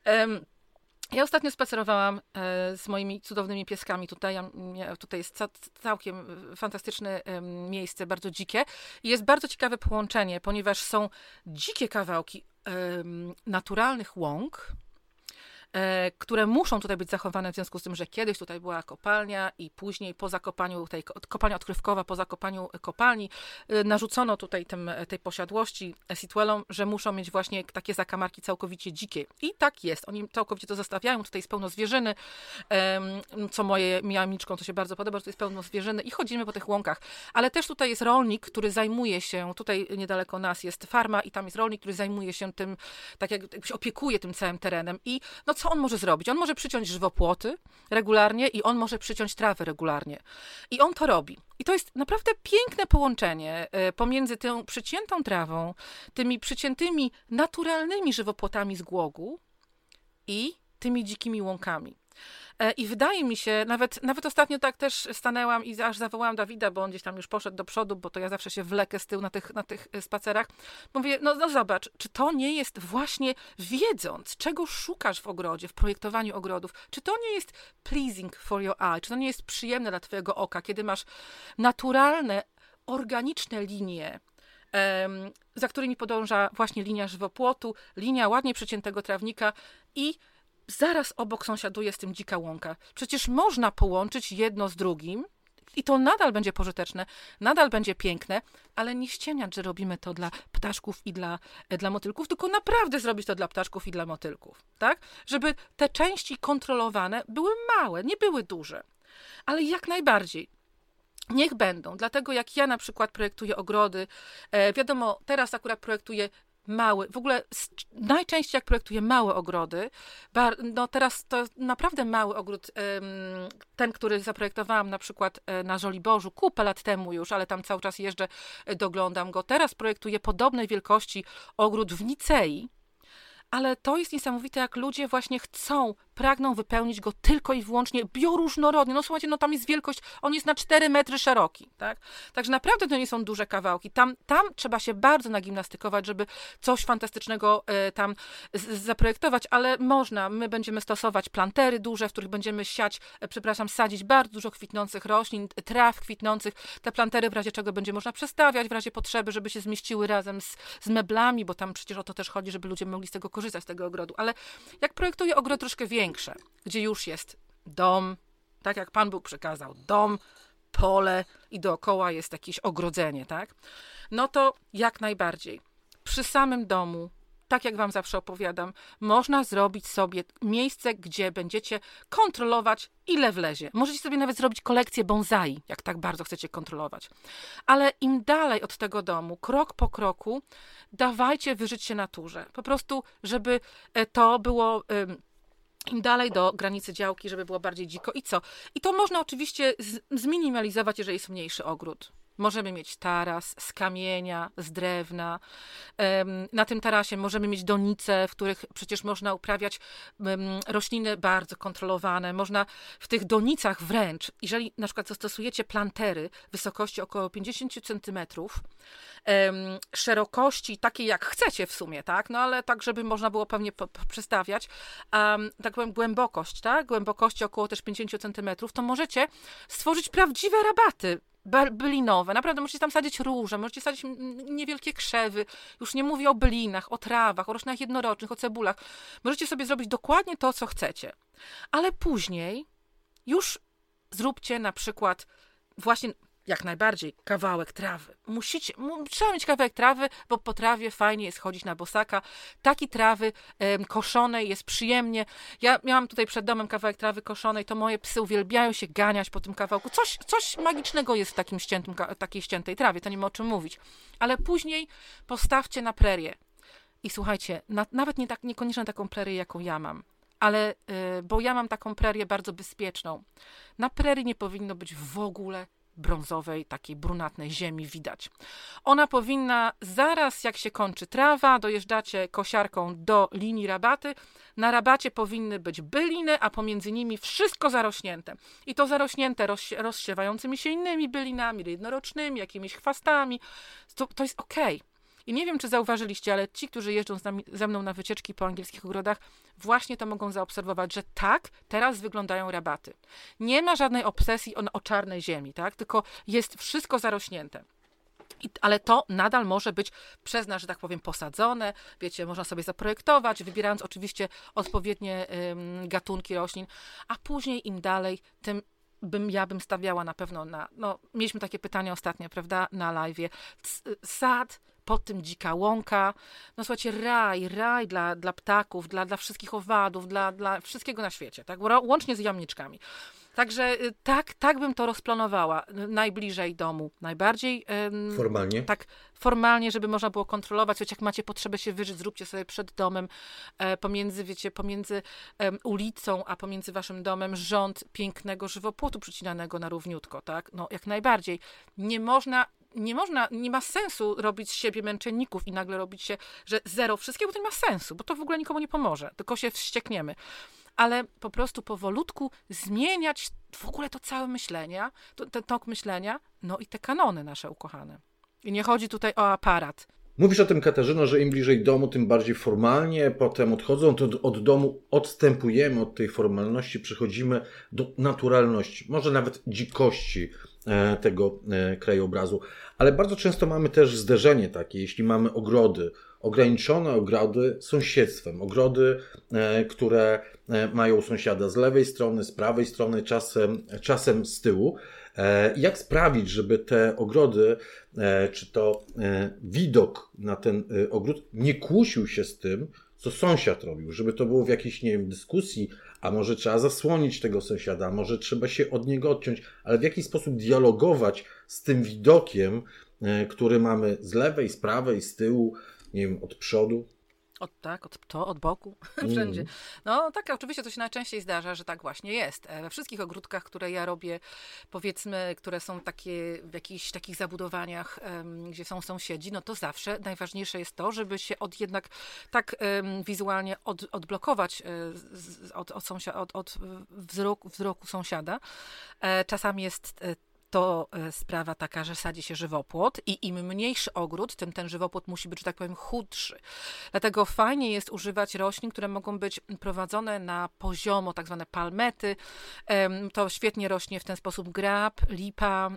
Ja ostatnio spacerowałam e, z moimi cudownymi pieskami tutaj. Ja, tutaj jest ca, całkiem fantastyczne e, miejsce, bardzo dzikie. I jest bardzo ciekawe połączenie, ponieważ są dzikie kawałki e, naturalnych łąk, e, które muszą tutaj być zachowane w związku z tym, że kiedyś tutaj była kopalnia i później po zakopaniu, tej kopalnia odkrywkowa, po zakopaniu kopalni e, narzucono tutaj tym, tej posiadłości Sitwellom, że muszą mieć właśnie takie zakamarki całkowicie dzikie. I tak jest. Oni całkowicie to zostawiają. Tutaj jest pełno zwierzyny, e, co moje miamiczkom to się bardzo podoba, że tu jest pełno zwierzyny i chodzimy po tych łąkach. Ale też tutaj jest rolnik, który zajmuje się, tutaj niedaleko nas jest farma i tam jest rolnik, który zajmuje się tym, tak jak, jakby się opiekuje tym całym terenem. I no co on może zrobić? On może przyciąć żywopłoty regularnie i on może przyciąć trawę regularnie. I on to robi. I to jest naprawdę piękne połączenie pomiędzy tą przyciętą trawą, tymi przyciętymi naturalnymi żywopłotami z głogu i tymi dzikimi łąkami. I wydaje mi się, nawet, nawet ostatnio tak też stanęłam i aż zawołałam Dawida, bo on gdzieś tam już poszedł do przodu, bo to ja zawsze się wlekę z tyłu na tych, na tych spacerach. Mówię, no, no zobacz, czy to nie jest właśnie wiedząc, czego szukasz w ogrodzie, w projektowaniu ogrodów, czy to nie jest pleasing for your eye, czy to nie jest przyjemne dla twojego oka, kiedy masz naturalne, organiczne linie, um, za którymi podąża właśnie linia żywopłotu, linia ładnie przyciętego trawnika i zaraz obok sąsiaduje z tym dzika łąka. Przecież można połączyć jedno z drugim i to nadal będzie pożyteczne, nadal będzie piękne, ale nie ściemniać, że robimy to dla ptaszków i dla, dla motylków, tylko naprawdę zrobić to dla ptaszków i dla motylków, tak? Żeby te części kontrolowane były małe, nie były duże, ale jak najbardziej. Niech będą, dlatego jak ja na przykład projektuję ogrody, e, wiadomo, teraz akurat projektuję mały, w ogóle najczęściej jak projektuję małe ogrody, bar, no teraz to naprawdę mały ogród, ten, który zaprojektowałam na przykład na Żoliborzu kupę lat temu już, ale tam cały czas jeżdżę, doglądam go. Teraz projektuję podobnej wielkości ogród w Nicei, ale to jest niesamowite, jak ludzie właśnie chcą, pragną wypełnić go tylko i wyłącznie bioróżnorodnie. No słuchajcie, no tam jest wielkość, on jest na cztery metry szeroki, tak? Także naprawdę to nie są duże kawałki. Tam, tam trzeba się bardzo nagimnastykować, żeby coś fantastycznego y, tam z, zaprojektować, ale można. My będziemy stosować plantery duże, w których będziemy siać, y, przepraszam, sadzić bardzo dużo kwitnących roślin, traw kwitnących. Te plantery w razie czego będzie można przestawiać, w razie potrzeby, żeby się zmieściły razem z, z meblami, bo tam przecież o to też chodzi, żeby ludzie mogli z tego korzystać, z tego ogrodu. Ale jak projektuję ogród troszkę większy, gdzie już jest dom, tak jak Pan Bóg przekazał, dom, pole i dookoła jest jakieś ogrodzenie, tak? No to jak najbardziej. Przy samym domu, tak jak wam zawsze opowiadam, można zrobić sobie miejsce, gdzie będziecie kontrolować, ile wlezie. Możecie sobie nawet zrobić kolekcję bonsai, jak tak bardzo chcecie kontrolować. Ale im dalej od tego domu, krok po kroku, dawajcie wyżyć się naturze. Po prostu, żeby to było... im dalej do granicy działki, żeby było bardziej dziko. I co? I to można oczywiście z- zminimalizować, jeżeli jest mniejszy ogród. Możemy mieć taras z kamienia, z drewna. Na tym tarasie możemy mieć donice, w których przecież można uprawiać rośliny bardzo kontrolowane. Można w tych donicach wręcz, jeżeli na przykład zastosujecie plantery wysokości około pięćdziesiąt centymetrów, szerokości takiej jak chcecie w sumie, tak? No ale tak, żeby można było pewnie po- po- przestawiać, um, tak powiem głębokość, tak? Głębokości około też pięćdziesiąt centymetrów, to możecie stworzyć prawdziwe rabaty. bylinowe, naprawdę możecie tam sadzić róże, możecie sadzić niewielkie krzewy, już nie mówię o bylinach, o trawach, o roślinach jednorocznych, o cebulach. Możecie sobie zrobić dokładnie to, co chcecie. Ale później już zróbcie na przykład właśnie jak najbardziej kawałek trawy. Musicie, trzeba mieć kawałek trawy, bo po trawie fajnie jest chodzić na bosaka. Taki trawy e, koszonej jest przyjemnie. Ja miałam tutaj przed domem kawałek trawy koszonej, to moje psy uwielbiają się ganiać po tym kawałku. Coś, coś magicznego jest w takim ściętym, takiej ściętej trawie, to nie ma o czym mówić. Ale później postawcie na prerię. I słuchajcie, na, nawet nie tak, niekoniecznie taką prerię, jaką ja mam. Ale, y, bo ja mam taką prerię bardzo bezpieczną. Na prerii nie powinno być w ogóle brązowej, takiej brunatnej ziemi widać. Ona powinna, zaraz jak się kończy trawa, dojeżdżacie kosiarką do linii rabaty, na rabacie powinny być byliny, a pomiędzy nimi wszystko zarośnięte. I to zarośnięte roz, rozsiewającymi się innymi bylinami, jednorocznymi, jakimiś chwastami. To, to jest okej. I nie wiem, czy zauważyliście, ale ci, którzy jeżdżą z nami, ze mną na wycieczki po angielskich ogrodach, właśnie to mogą zaobserwować, że tak, teraz wyglądają rabaty. Nie ma żadnej obsesji o, o czarnej ziemi, tak? Tylko jest wszystko zarośnięte. I, ale to nadal może być przez nas, że tak powiem, posadzone. Wiecie, można sobie zaprojektować, wybierając oczywiście odpowiednie ym, gatunki roślin, a później im dalej, tym bym, ja bym stawiała na pewno na, no mieliśmy takie pytanie ostatnio, prawda, na live'ie. Sad, pod tym dzika łąka, no słuchajcie, raj, raj dla, dla ptaków, dla, dla wszystkich owadów, dla, dla wszystkiego na świecie, tak, łącznie z jamniczkami. Także tak, tak bym to rozplanowała, najbliżej domu, najbardziej formalnie. Tak, formalnie, żeby można było kontrolować, wiecie, jak macie potrzebę się wyżyć, zróbcie sobie przed domem, e, pomiędzy, wiecie, pomiędzy e, ulicą, a pomiędzy waszym domem rząd pięknego żywopłotu przycinanego na równiutko, tak, no jak najbardziej. Nie można Nie można, nie ma sensu robić z siebie męczenników i nagle robić się, że zero wszystkiego, to nie ma sensu, bo to w ogóle nikomu nie pomoże, tylko się wściekniemy. Ale po prostu powolutku zmieniać w ogóle to całe myślenia, to, ten tok myślenia, no i te kanony nasze ukochane. I nie chodzi tutaj o aparat. Mówisz o tym, Katarzyno, że im bliżej domu, tym bardziej formalnie, potem odchodząc od, od domu, odstępujemy od tej formalności, przechodzimy do naturalności, może nawet dzikości e, tego e, krajobrazu. Ale bardzo często mamy też zderzenie takie, jeśli mamy ogrody, ograniczone ogrody sąsiedztwem, ogrody, e, które e, mają sąsiada z lewej strony, z prawej strony, czasem, czasem z tyłu. Jak sprawić, żeby te ogrody, czy to widok na ten ogród nie kłócił się z tym, co sąsiad robił, żeby to było w jakiejś, nie wiem, dyskusji, a może trzeba zasłonić tego sąsiada, a może trzeba się od niego odciąć, ale w jaki sposób dialogować z tym widokiem, który mamy z lewej, z prawej, z tyłu, nie wiem, od przodu. Od tak, od to, od boku, mm. wszędzie. No tak, oczywiście to się najczęściej zdarza, że tak właśnie jest. We wszystkich ogródkach, które ja robię, powiedzmy, które są takie w jakichś takich zabudowaniach, um, gdzie są sąsiedzi, no to zawsze najważniejsze jest to, żeby się od jednak tak um, wizualnie od, odblokować z, od, od, sąsia, od, od wzroku, wzroku sąsiada. E, czasami jest e, to sprawa taka, że sadzi się żywopłot i im mniejszy ogród, tym ten żywopłot musi być, że tak powiem, chudszy. Dlatego fajnie jest używać roślin, które mogą być prowadzone na poziomo, tak zwane palmety. To świetnie rośnie w ten sposób grab, lipa,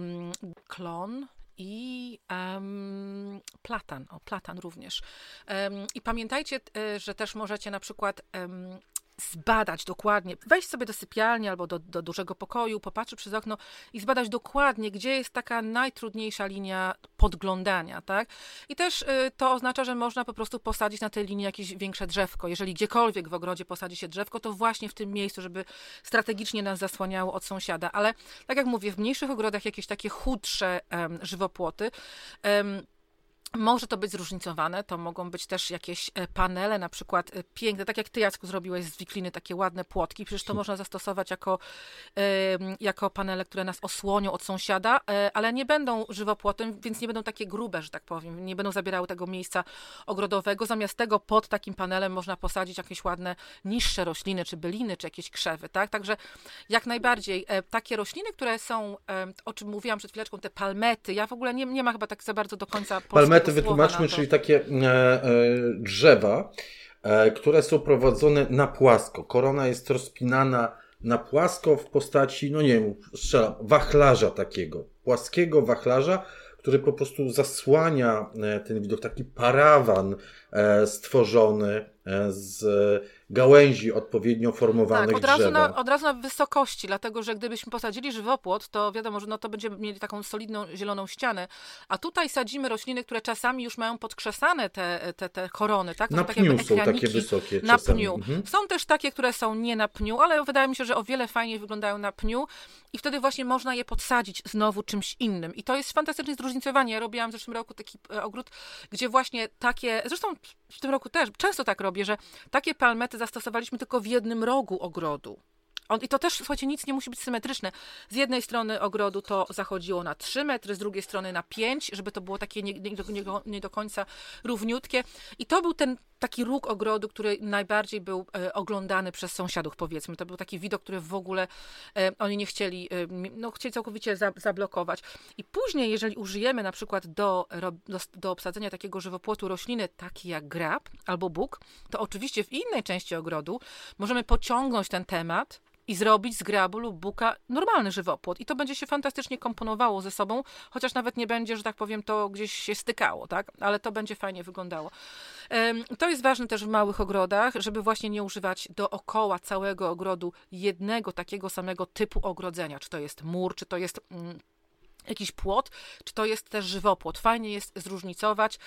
klon i um, platan. O, platan również. Um, I pamiętajcie, że też możecie na przykład um, zbadać dokładnie, wejść sobie do sypialni albo do, do dużego pokoju, popatrzeć przez okno i zbadać dokładnie, gdzie jest taka najtrudniejsza linia podglądania, tak? I też y, to oznacza, że można po prostu posadzić na tej linii jakieś większe drzewko. Jeżeli gdziekolwiek w ogrodzie posadzi się drzewko, to właśnie w tym miejscu, żeby strategicznie nas zasłaniało od sąsiada. Ale tak jak mówię, w mniejszych ogrodach jakieś takie chudsze um, żywopłoty, um, może to być zróżnicowane, to mogą być też jakieś panele, na przykład piękne, tak jak ty, Jacku, zrobiłeś z wikliny takie ładne płotki, przecież to można zastosować jako, jako panele, które nas osłonią od sąsiada, ale nie będą żywopłotem, więc nie będą takie grube, że tak powiem, nie będą zabierały tego miejsca ogrodowego. Zamiast tego pod takim panelem można posadzić jakieś ładne, niższe rośliny, czy byliny, czy jakieś krzewy, tak? Także jak najbardziej takie rośliny, które są, o czym mówiłam przed chwileczką, te palmety, ja w ogóle nie, nie ma chyba tak za bardzo do końca polskiego Palmety wytłumaczmy, czyli takie e, e, drzewa, e, które są prowadzone na płasko. Korona jest rozpinana na płasko w postaci, no nie wiem, strzelam, wachlarza takiego, płaskiego wachlarza, który po prostu zasłania ten widok, taki parawan stworzony z gałęzi odpowiednio formowanych tak, od razu, drzewa. na, od razu na wysokości, dlatego że gdybyśmy posadzili żywopłot, to wiadomo, że no to będziemy mieli taką solidną zieloną ścianę, a tutaj sadzimy rośliny, które czasami już mają podkrzesane te, te, te korony. Tak? To Na są pniu takie są takie wysokie na czasami. pniu. Mhm. Są też takie, które są nie na pniu, ale wydaje mi się, że o wiele fajniej wyglądają na pniu i wtedy właśnie można je podsadzić znowu czymś innym. I to jest fantastyczne zróżnicowanie. Ja robiłam w zeszłym roku taki ogród, gdzie właśnie takie, zresztą w tym roku też, często tak robię, że takie palmety zastosowaliśmy tylko w jednym rogu ogrodu. On, I to też, słuchajcie, nic nie musi być symetryczne. Z jednej strony ogrodu to zachodziło na trzy metry, z drugiej strony na pięć, żeby to było takie nie, nie, nie, nie do końca równiutkie. I to był ten taki róg ogrodu, który najbardziej był e, oglądany przez sąsiadów, powiedzmy. To był taki widok, który w ogóle e, oni nie chcieli, e, no chcieli całkowicie za, zablokować. I później, jeżeli użyjemy na przykład do, do, do obsadzenia takiego żywopłotu rośliny, takie jak grab albo bóg, to oczywiście w innej części ogrodu możemy pociągnąć ten temat i zrobić z grabu lub buka normalny żywopłot. I to będzie się fantastycznie komponowało ze sobą, chociaż nawet nie będzie, że tak powiem, to gdzieś się stykało, tak? Ale to będzie fajnie wyglądało. To jest ważne też w małych ogrodach, żeby właśnie nie używać dookoła całego ogrodu jednego takiego samego typu ogrodzenia. Czy to jest mur, czy to jest mm, jakiś płot, czy to jest też żywopłot. Fajnie jest zróżnicować.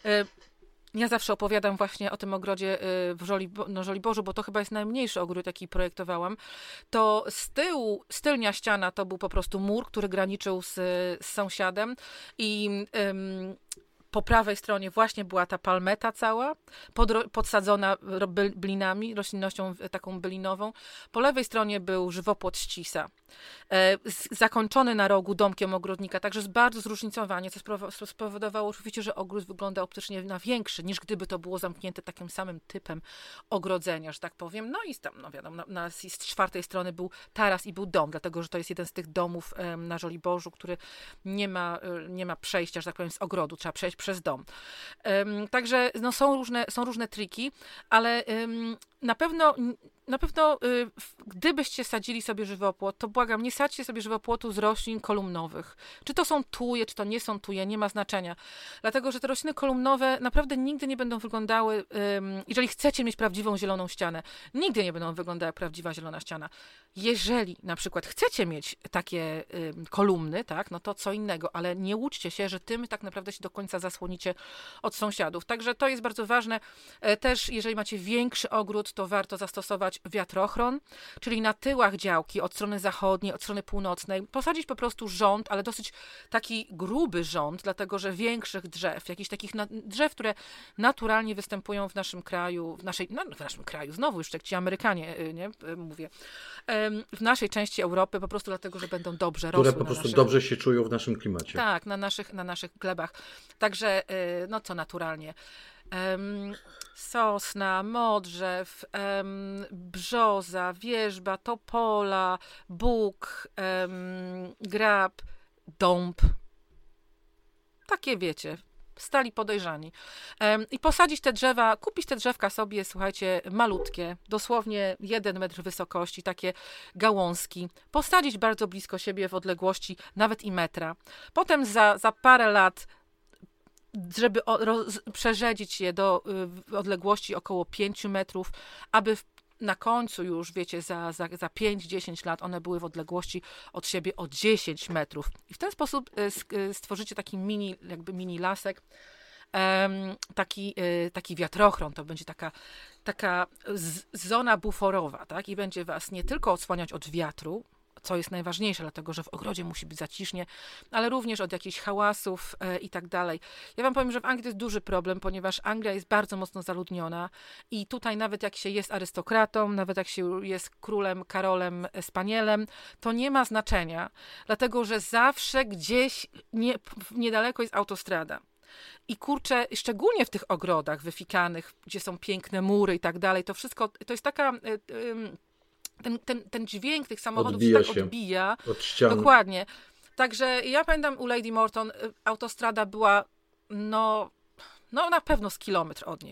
Ja zawsze opowiadam właśnie o tym ogrodzie w Żoli, no Żoliborzu, bo to chyba jest najmniejszy ogród, jaki projektowałam. To z tyłu, z tylnia ściana to był po prostu mur, który graniczył z, z sąsiadem i ym, po prawej stronie właśnie była ta palmeta cała, pod, podsadzona bylinami, roślinnością taką bylinową. Po lewej stronie był żywopłot ścisa, e, z, zakończony na rogu domkiem ogrodnika, także jest bardzo zróżnicowanie, co spowodowało oczywiście, że ogród wygląda optycznie na większy, niż gdyby to było zamknięte takim samym typem ogrodzenia, że tak powiem. No i tam, no wiadomo, na, na, z czwartej strony był taras i był dom, dlatego, że to jest jeden z tych domów e, na Żoliborzu, który nie ma, e, nie ma przejścia, że tak powiem, z ogrodu, trzeba przejść przez dom. Um, także no, są, różne, są różne triki, ale um, na pewno, na pewno y, gdybyście sadzili sobie żywopłot, to błagam, nie sadźcie sobie żywopłotu z roślin kolumnowych. Czy to są tuje, czy to nie są tuje, nie ma znaczenia. Dlatego, że te rośliny kolumnowe naprawdę nigdy nie będą wyglądały, ym, jeżeli chcecie mieć prawdziwą zieloną ścianę, nigdy nie będą wyglądały jak prawdziwa zielona ściana. Jeżeli na przykład chcecie mieć takie ym, kolumny, tak, no to co innego, ale nie łudźcie się, że tym tak naprawdę się do końca zasłonicie od sąsiadów. Także to jest bardzo ważne. E, też jeżeli macie większy ogród, to warto zastosować wiatrochron, czyli na tyłach działki od strony zachodniej, od strony północnej, posadzić po prostu rząd, ale dosyć taki gruby rząd, dlatego że większych drzew, jakichś takich na, drzew, które naturalnie występują w naszym kraju, w naszej, no, w naszym kraju, znowu już jak ci Amerykanie, nie, mówię, w naszej części Europy, po prostu dlatego, że będą dobrze rosły. Które po prostu naszych, dobrze się czują w naszym klimacie. Tak, na naszych, na naszych glebach. Także, no co naturalnie. Um, sosna, modrzew, um, brzoza, wierzba, topola, bóg, um, grab, dąb. Takie wiecie, stali podejrzani. Um, I posadzić te drzewa, kupić te drzewka sobie, słuchajcie, malutkie, dosłownie jeden metr wysokości, takie gałązki, posadzić bardzo blisko siebie w odległości nawet i metra. Potem za, za parę lat żeby roz, przerzedzić je do y, odległości około pięciu metrów, aby w, na końcu już, wiecie, za, za, za pięć do dziesięciu lat one były w odległości od siebie o dziesięć metrów. I w ten sposób y, y, stworzycie taki mini, jakby mini lasek, um, taki, y, taki wiatrochron, to będzie taka, taka z, zona buforowa, tak? I będzie was nie tylko odsłaniać od wiatru, co jest najważniejsze, dlatego że w ogrodzie musi być zacisznie, ale również od jakichś hałasów e, i tak dalej. Ja wam powiem, że w Anglii to jest duży problem, ponieważ Anglia jest bardzo mocno zaludniona i tutaj nawet jak się jest arystokratą, nawet jak się jest królem Karolem Spanielem, to nie ma znaczenia, dlatego że zawsze gdzieś nie, niedaleko jest autostrada. I kurczę, szczególnie w tych ogrodach wyfikanych, gdzie są piękne mury i tak dalej, to wszystko, to jest taka... Y, y, Ten, ten, ten dźwięk tych samochodów odbija się tak się odbija. Od ścian. Dokładnie. Także ja pamiętam u Lady Morton autostrada była no, no na pewno z kilometr od niej.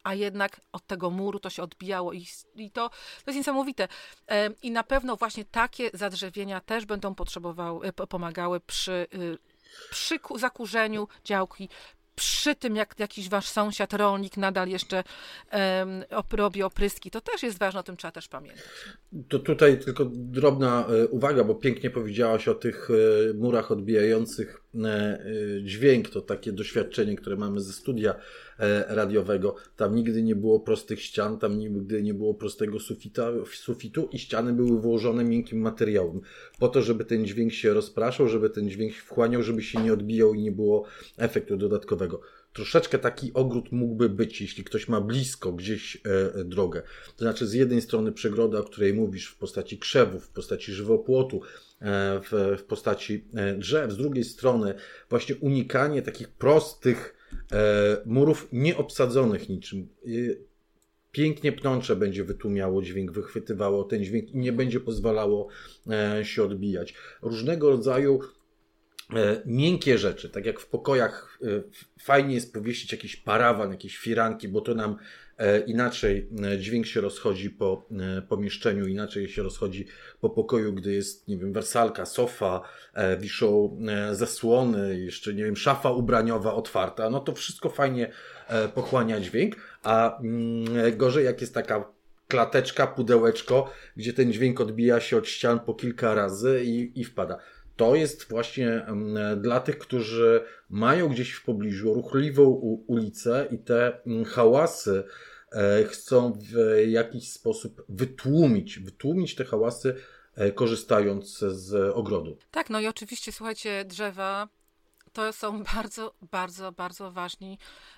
a jednak od tego muru to się odbijało i, i to, to jest niesamowite. I na pewno właśnie takie zadrzewienia też będą potrzebowały, pomagały przy, przy zakurzeniu działki, przy tym, jak jakiś wasz sąsiad, rolnik nadal jeszcze um, robi opryski, to też jest ważne, o tym trzeba też pamiętać. To tutaj tylko drobna uwaga, bo pięknie powiedziałaś o tych murach odbijających dźwięk, to takie doświadczenie, które mamy ze studia radiowego. Tam nigdy nie było prostych ścian, tam nigdy nie było prostego sufita, sufitu i ściany były wyłożone miękkim materiałem, po to, żeby ten dźwięk się rozpraszał, żeby ten dźwięk wchłaniał, żeby się nie odbijał i nie było efektu dodatkowego. Troszeczkę taki ogród mógłby być, jeśli ktoś ma blisko gdzieś e, drogę. To znaczy z jednej strony przegroda, o której mówisz, w postaci krzewów, w postaci żywopłotu, e, w, w postaci e, drzew. Z drugiej strony właśnie unikanie takich prostych e, murów nieobsadzonych niczym. E, pięknie pnącze będzie wytłumiało dźwięk, wychwytywało ten dźwięk i nie będzie pozwalało e, się odbijać. Różnego rodzaju miękkie rzeczy, tak jak w pokojach fajnie jest powiesić jakiś parawan, jakieś firanki, bo to nam inaczej dźwięk się rozchodzi po pomieszczeniu, inaczej się rozchodzi po pokoju, gdy jest, nie wiem, wersalka, sofa, wiszą zasłony, jeszcze, nie wiem, szafa ubraniowa otwarta, no to wszystko fajnie pochłania dźwięk, a gorzej jak jest taka klateczka, pudełeczko, gdzie ten dźwięk odbija się od ścian po kilka razy i, i wpada. To jest właśnie dla tych, którzy mają gdzieś w pobliżu ruchliwą ulicę i te hałasy chcą w jakiś sposób wytłumić, wytłumić te hałasy, korzystając z ogrodu. Tak, no i oczywiście, słuchajcie, drzewa to są bardzo, bardzo, bardzo ważni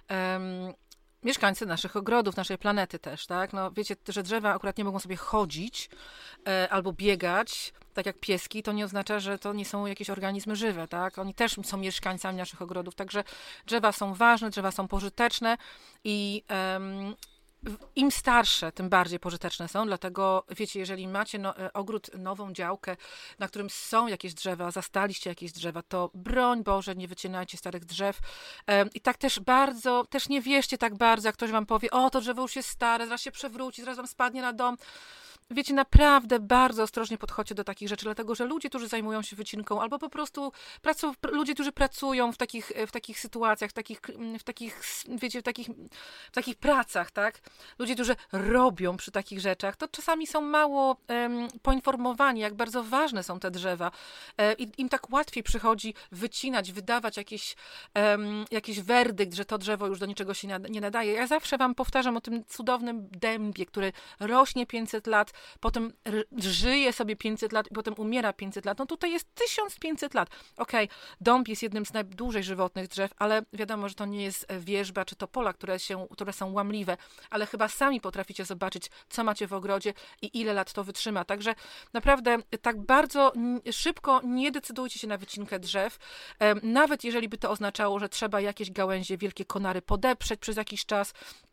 um, mieszkańcy naszych ogrodów, naszej planety też, tak? No wiecie, że drzewa akurat nie mogą sobie chodzić e, albo biegać, tak jak pieski, to nie oznacza, że to nie są jakieś organizmy żywe, tak? Oni też są mieszkańcami naszych ogrodów, także drzewa są ważne, drzewa są pożyteczne i um, im starsze, tym bardziej pożyteczne są, dlatego wiecie, jeżeli macie no, ogród, nową działkę, na którym są jakieś drzewa, zastaliście jakieś drzewa, to broń Boże, nie wycinajcie starych drzew um, i tak też bardzo, też nie wierzcie tak bardzo, jak ktoś wam powie, o, to drzewo już jest stare, zaraz się przewróci, zaraz wam spadnie na dom. Wiecie, naprawdę bardzo ostrożnie podchodźcie do takich rzeczy, dlatego że ludzie, którzy zajmują się wycinką, albo po prostu pracu, ludzie, którzy pracują w takich, w takich sytuacjach, w takich, w takich, wiecie, w takich, w takich pracach, tak? Ludzie, którzy robią przy takich rzeczach, to czasami są mało um, poinformowani, jak bardzo ważne są te drzewa. E, i im tak łatwiej przychodzi wycinać, wydawać jakiś, um, jakiś werdykt, że to drzewo już do niczego się nie nadaje. Ja zawsze wam powtarzam o tym cudownym dębie, który rośnie pięćset lat, potem żyje sobie pięćset lat i potem umiera pięćset lat. No tutaj jest tysiąc pięćset lat. Okej, okay, dąb jest jednym z najdłużej żywotnych drzew, ale wiadomo, że to nie jest wierzba czy topola, które, się, które są łamliwe, ale chyba sami potraficie zobaczyć, co macie w ogrodzie i ile lat to wytrzyma. Także naprawdę tak bardzo szybko nie decydujcie się na wycinkę drzew, nawet jeżeli by to oznaczało, że trzeba jakieś gałęzie, wielkie konary podeprzeć przez jakiś czas.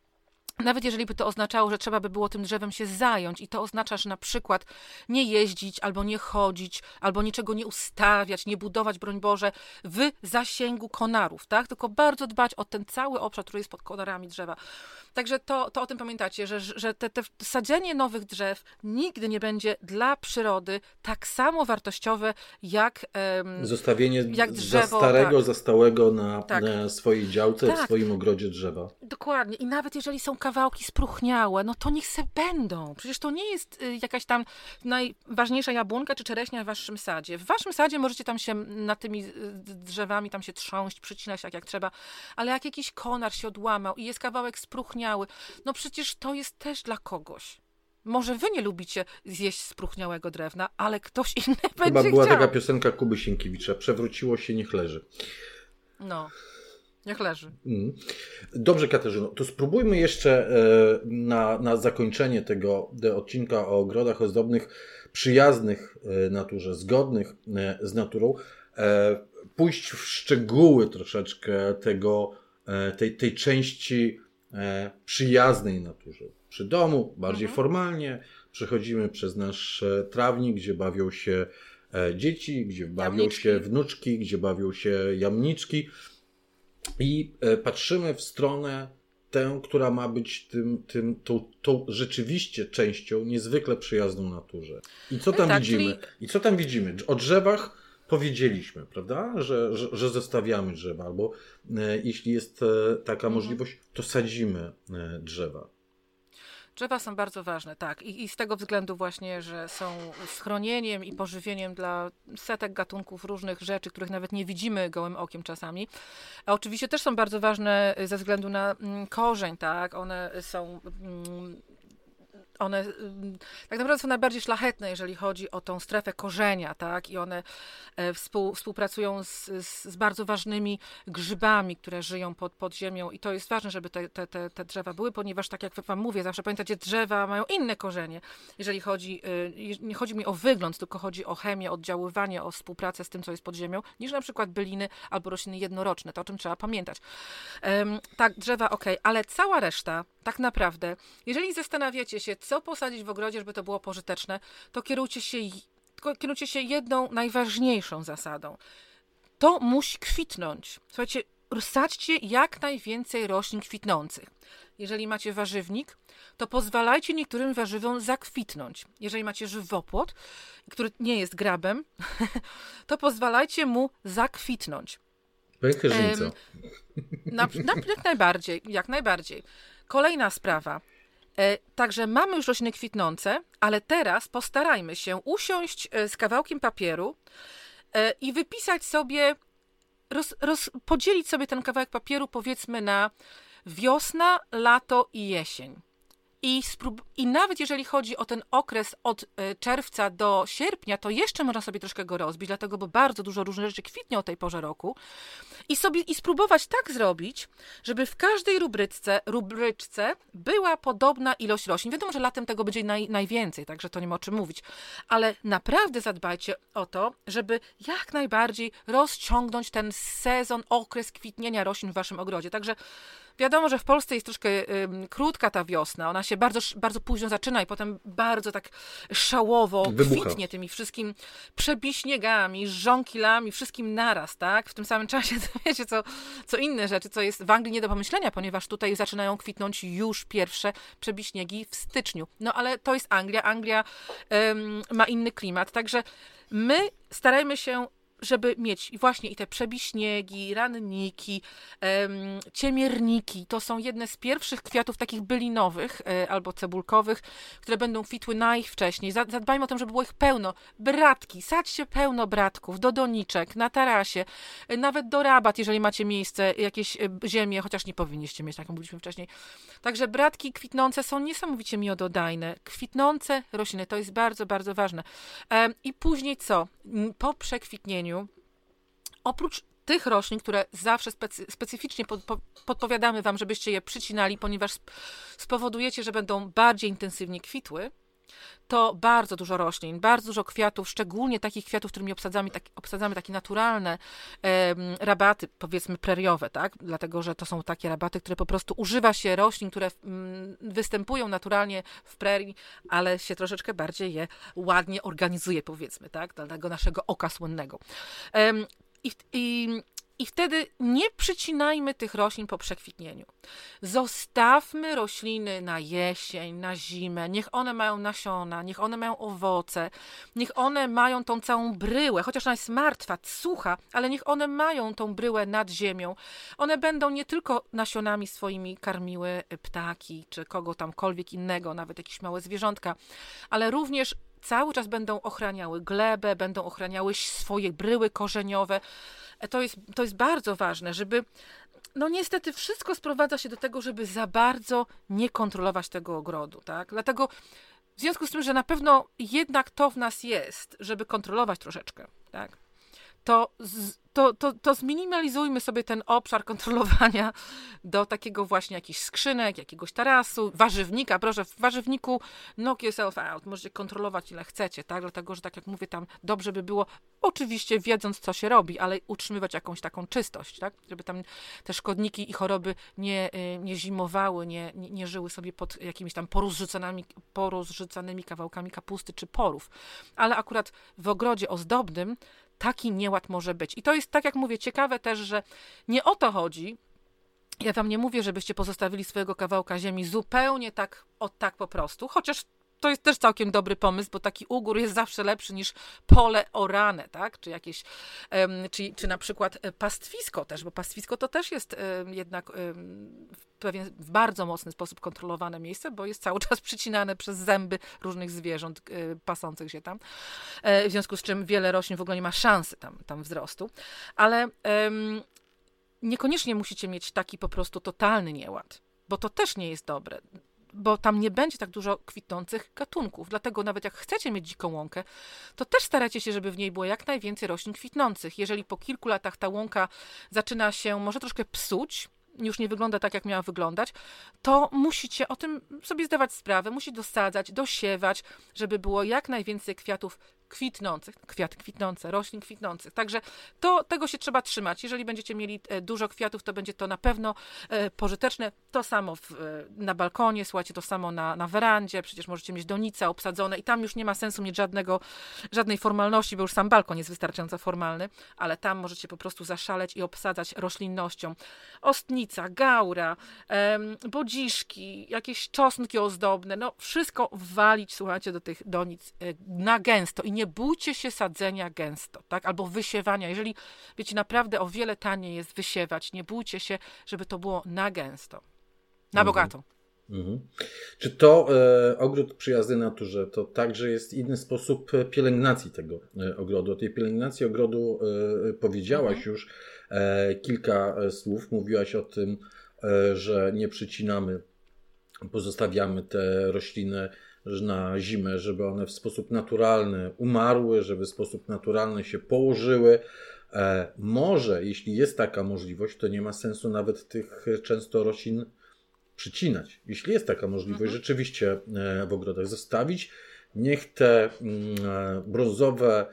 Nawet jeżeli by to oznaczało, że trzeba by było tym drzewem się zająć i to oznacza, że na przykład nie jeździć, albo nie chodzić, albo niczego nie ustawiać, nie budować, broń Boże, w zasięgu konarów, tak? Tylko bardzo dbać o ten cały obszar, który jest pod konarami drzewa. Także to, to o tym pamiętacie, że, że te, te sadzenie nowych drzew nigdy nie będzie dla przyrody tak samo wartościowe, jak um, zostawienie jak drzewo, za starego, tak. za stałego na, tak. na swojej działce, tak. w swoim ogrodzie drzewa. Dokładnie. I nawet jeżeli są kawałki spróchniałe, no to niech se będą. Przecież to nie jest jakaś tam najważniejsza jabłonka czy czereśnia w waszym sadzie. W waszym sadzie możecie tam się nad tymi drzewami tam się trząść, przycinać tak jak trzeba, ale jak jakiś konar się odłamał i jest kawałek spróchniały, no przecież to jest też dla kogoś. Może wy nie lubicie zjeść spróchniałego drewna, ale ktoś inny Chyba będzie była chciał. taka piosenka Kuby Sienkiewicza, przewróciło się, niech leży. No. Niech leży. Dobrze, Katarzyno, to spróbujmy jeszcze na, na zakończenie tego odcinka o ogrodach ozdobnych, przyjaznych naturze, zgodnych z naturą, pójść w szczegóły troszeczkę tego, tej, tej części przyjaznej naturze. Przy domu, bardziej mhm. formalnie, przechodzimy przez nasz trawnik, gdzie bawią się dzieci, gdzie bawią jamniczki. się wnuczki, gdzie bawią się jamniczki. I patrzymy w stronę tę, która ma być tym, tym, tą, tą rzeczywiście częścią niezwykle przyjazną naturze. I co tam tak, widzimy? czyli... I co tam widzimy? O drzewach powiedzieliśmy, prawda? Że, że, że zestawiamy drzewa, albo e, jeśli jest e, taka mhm. możliwość, to sadzimy e, drzewa. Drzewa są bardzo ważne, tak. I, I z tego względu właśnie, że są schronieniem i pożywieniem dla setek gatunków różnych rzeczy, których nawet nie widzimy gołym okiem czasami. A oczywiście też są bardzo ważne ze względu na mm, korzeń, tak. One są... Mm, One tak naprawdę są najbardziej szlachetne, jeżeli chodzi o tą strefę korzenia, tak? I one współ, współpracują z, z, z bardzo ważnymi grzybami, które żyją pod, pod ziemią i to jest ważne, żeby te, te, te, te drzewa były, ponieważ tak jak wam mówię, zawsze pamiętacie, drzewa mają inne korzenie. Jeżeli chodzi, nie chodzi mi o wygląd, tylko chodzi o chemię, oddziaływanie, o współpracę z tym, co jest pod ziemią, niż na przykład byliny albo rośliny jednoroczne. To o czym trzeba pamiętać. Um, tak, drzewa okej, okay, ale cała reszta, tak naprawdę, jeżeli zastanawiacie się, co posadzić w ogrodzie, żeby to było pożyteczne, to kierujcie się, kierujcie się jedną najważniejszą zasadą. To musi kwitnąć. Słuchajcie, sadźcie jak najwięcej roślin kwitnących. Jeżeli macie warzywnik, to pozwalajcie niektórym warzywom zakwitnąć. Jeżeli macie żywopłot, który nie jest grabem, to pozwalajcie mu zakwitnąć. Pęcherzyńca. Na, na, jak najbardziej, jak najbardziej. Kolejna sprawa. E, także mamy już rośliny kwitnące, ale teraz postarajmy się usiąść z kawałkiem papieru e, i wypisać sobie, roz, roz, podzielić sobie ten kawałek papieru powiedzmy na wiosna, lato i jesień. I, sprób- I nawet jeżeli chodzi o ten okres od y, czerwca do sierpnia, to jeszcze można sobie troszkę go rozbić, dlatego, bo bardzo dużo różnych rzeczy kwitnie o tej porze roku. I, sobie, i spróbować tak zrobić, żeby w każdej rubryczce, rubryczce była podobna ilość roślin. Wiadomo, że latem tego będzie naj, najwięcej, także to nie ma o czym mówić. Ale naprawdę zadbajcie o to, żeby jak najbardziej rozciągnąć ten sezon, okres kwitnienia roślin w waszym ogrodzie. Także wiadomo, że w Polsce jest troszkę y, krótka ta wiosna. Ona się bardzo, bardzo późno zaczyna i potem bardzo tak szałowo wybucha. Kwitnie tymi wszystkim przebiśniegami, żonkilami, wszystkim naraz, tak? W tym samym czasie, to wiecie, co, co inne rzeczy, co jest w Anglii nie do pomyślenia, ponieważ tutaj zaczynają kwitnąć już pierwsze przebiśniegi w styczniu. No ale to jest Anglia. Anglia ym, ma inny klimat, także my starajmy się, żeby mieć właśnie i te przebiśniegi, ranniki, em, ciemierniki. To są jedne z pierwszych kwiatów takich bylinowych e, albo cebulkowych, które będą kwitły najwcześniej. Zadbajmy o to, żeby było ich pełno. Bratki, sadźcie pełno bratków do doniczek, na tarasie, e, nawet do rabat, jeżeli macie miejsce, jakieś e, ziemię, chociaż nie powinniście mieć, tak jak mówiliśmy wcześniej. Także bratki kwitnące są niesamowicie miododajne. Kwitnące rośliny, to jest bardzo, bardzo ważne. E, I później co? Po przekwitnieniu oprócz tych roślin, które zawsze specy, specyficznie pod, po, podpowiadamy wam, żebyście je przycinali, ponieważ spowodujecie, że będą bardziej intensywnie kwitły, to bardzo dużo roślin, bardzo dużo kwiatów, szczególnie takich kwiatów, którymi obsadzamy, tak, obsadzamy takie naturalne e, rabaty, powiedzmy preriowe, tak? Dlatego, że to są takie rabaty, które po prostu używa się roślin, które m, występują naturalnie w prerii, ale się troszeczkę bardziej je ładnie organizuje, powiedzmy, tak? Dla tego naszego oka słynnego. E, i, i I wtedy nie przycinajmy tych roślin po przekwitnieniu. Zostawmy rośliny na jesień, na zimę. Niech one mają nasiona, niech one mają owoce, niech one mają tą całą bryłę, chociaż ona jest martwa, sucha, ale niech one mają tą bryłę nad ziemią. One będą nie tylko nasionami swoimi karmiły ptaki, czy kogo tamkolwiek innego, nawet jakieś małe zwierzątka, ale również cały czas będą ochraniały glebę, będą ochraniały swoje bryły korzeniowe. To jest, to jest bardzo ważne, żeby... No niestety wszystko sprowadza się do tego, żeby za bardzo nie kontrolować tego ogrodu, tak? Dlatego w związku z tym, że na pewno jednak to w nas jest, żeby kontrolować troszeczkę, tak? To, to, to, to zminimalizujmy sobie ten obszar kontrolowania do takiego właśnie jakichś skrzynek, jakiegoś tarasu, warzywnika. Proszę, w warzywniku knock yourself out. Możecie kontrolować ile chcecie, tak? Dlatego, że tak jak mówię, tam dobrze by było, oczywiście wiedząc co się robi, ale utrzymywać jakąś taką czystość, tak? Żeby tam te szkodniki i choroby nie, nie zimowały, nie, nie, nie żyły sobie pod jakimiś tam porozrzucanymi, porozrzucanymi kawałkami kapusty czy porów. Ale akurat w ogrodzie ozdobnym taki nieład może być. I to jest, tak jak mówię, ciekawe też, że nie o to chodzi, Ja wam nie mówię, żebyście pozostawili swojego kawałka ziemi zupełnie tak, o tak po prostu, chociaż to jest też całkiem dobry pomysł, bo taki ugór jest zawsze lepszy niż pole orane, tak? Czy jakieś, um, czy, czy na przykład pastwisko też, bo pastwisko to też jest um, jednak um, w pewien, w bardzo mocny sposób kontrolowane miejsce, bo jest cały czas przycinane przez zęby różnych zwierząt um, pasących się tam. E, w związku z czym wiele roślin w ogóle nie ma szansy tam, tam wzrostu. Ale um, niekoniecznie musicie mieć taki po prostu totalny nieład, bo to też nie jest dobre. Bo tam nie będzie tak dużo kwitnących gatunków. Dlatego nawet jak chcecie mieć dziką łąkę, to też starajcie się, żeby w niej było jak najwięcej roślin kwitnących. Jeżeli po kilku latach ta łąka zaczyna się może troszkę psuć, już nie wygląda tak, jak miała wyglądać, to musicie o tym sobie zdawać sprawę, musicie dosadzać, dosiewać, żeby było jak najwięcej kwiatów kwitnących, kwiaty kwitnące, roślin kwitnących. Także to, tego się trzeba trzymać. Jeżeli będziecie mieli dużo kwiatów, to będzie to na pewno pożyteczne. To samo w, na balkonie, słuchajcie, to samo na, na werandzie, przecież możecie mieć donice obsadzone i tam już nie ma sensu mieć żadnego, żadnej formalności, bo już sam balkon jest wystarczająco formalny, ale tam możecie po prostu zaszaleć i obsadzać roślinnością. Ostnica, gaura, em, bodziszki, jakieś czosnki ozdobne, no wszystko walić, słuchajcie, do tych donic e, na gęsto i nie bójcie się sadzenia gęsto, tak, albo wysiewania. Jeżeli, wiecie, naprawdę o wiele taniej jest wysiewać, nie bójcie się, żeby to było na gęsto, na mhm. bogato. Mhm. Czy to e, ogród przyjazny naturze, to także jest inny sposób pielęgnacji tego e, ogrodu? O tej pielęgnacji ogrodu e, powiedziałaś mhm. już e, kilka słów, mówiłaś o tym, e, że nie przycinamy, pozostawiamy te rośliny na zimę, żeby one w sposób naturalny umarły, żeby w sposób naturalny się położyły. E, może, jeśli jest taka możliwość, to nie ma sensu nawet tych często roślin przycinać. Jeśli jest taka możliwość, mhm. rzeczywiście w ogrodach zostawić, niech te brązowe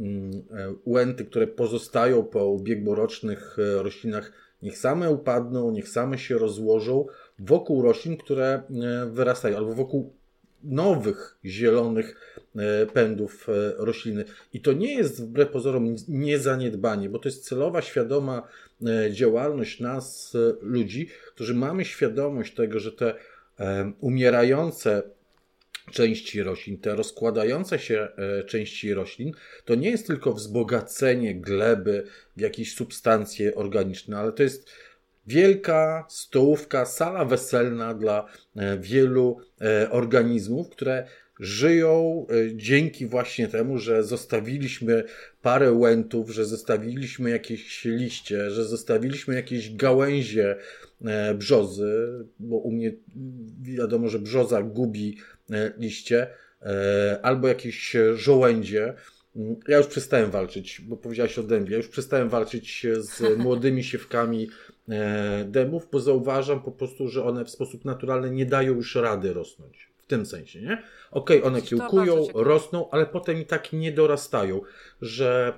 łęty, które pozostają po ubiegłorocznych roślinach, niech same upadną, niech same się rozłożą wokół roślin, które wyrastają, albo wokół nowych, zielonych pędów rośliny. I to nie jest wbrew pozorom niezaniedbanie, bo to jest celowa, świadoma działalność nas, ludzi, którzy mamy świadomość tego, że te umierające części roślin, te rozkładające się części roślin, to nie jest tylko wzbogacenie gleby w jakieś substancje organiczne, ale to jest wielka stołówka, sala weselna dla wielu organizmów, które żyją dzięki właśnie temu, że zostawiliśmy parę łętów, że zostawiliśmy jakieś liście, że zostawiliśmy jakieś gałęzie brzozy, bo u mnie wiadomo, że brzoza gubi liście, albo jakieś żołędzie. Ja już przestałem walczyć, bo powiedziałaś o dębie, ja już przestałem walczyć z młodymi siewkami dębów, bo zauważam po prostu, że one w sposób naturalny nie dają już rady rosnąć. W tym sensie, nie? Okej, okay, one kiełkują, rosną, ale potem i tak nie dorastają, że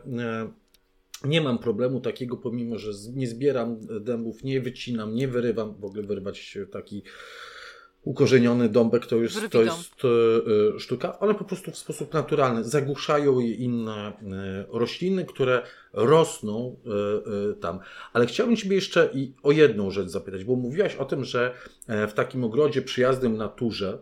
nie mam problemu takiego, pomimo że nie zbieram dębów, nie wycinam, nie wyrywam, w ogóle wyrywać taki ukorzeniony dąbek to już to jest y, sztuka. One po prostu w sposób naturalny zagłuszają je inne y, rośliny, które rosną y, y, tam. Ale chciałbym Ciebie jeszcze i o jedną rzecz zapytać, bo mówiłaś o tym, że w takim ogrodzie przyjaznym naturze,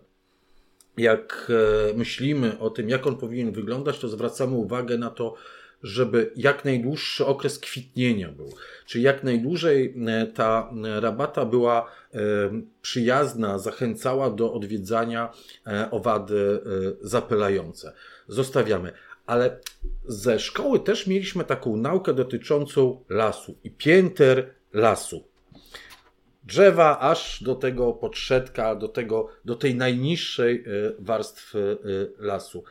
jak myślimy o tym, jak on powinien wyglądać, to zwracamy uwagę na to, żeby jak najdłuższy okres kwitnienia był. Czyli jak najdłużej ta rabata była przyjazna, zachęcała do odwiedzania owady zapylające. Zostawiamy. Ale ze szkoły też mieliśmy taką naukę dotyczącą lasu i pięter lasu. Drzewa aż do tego podszedka, do, tego, do tej najniższej warstwy lasu.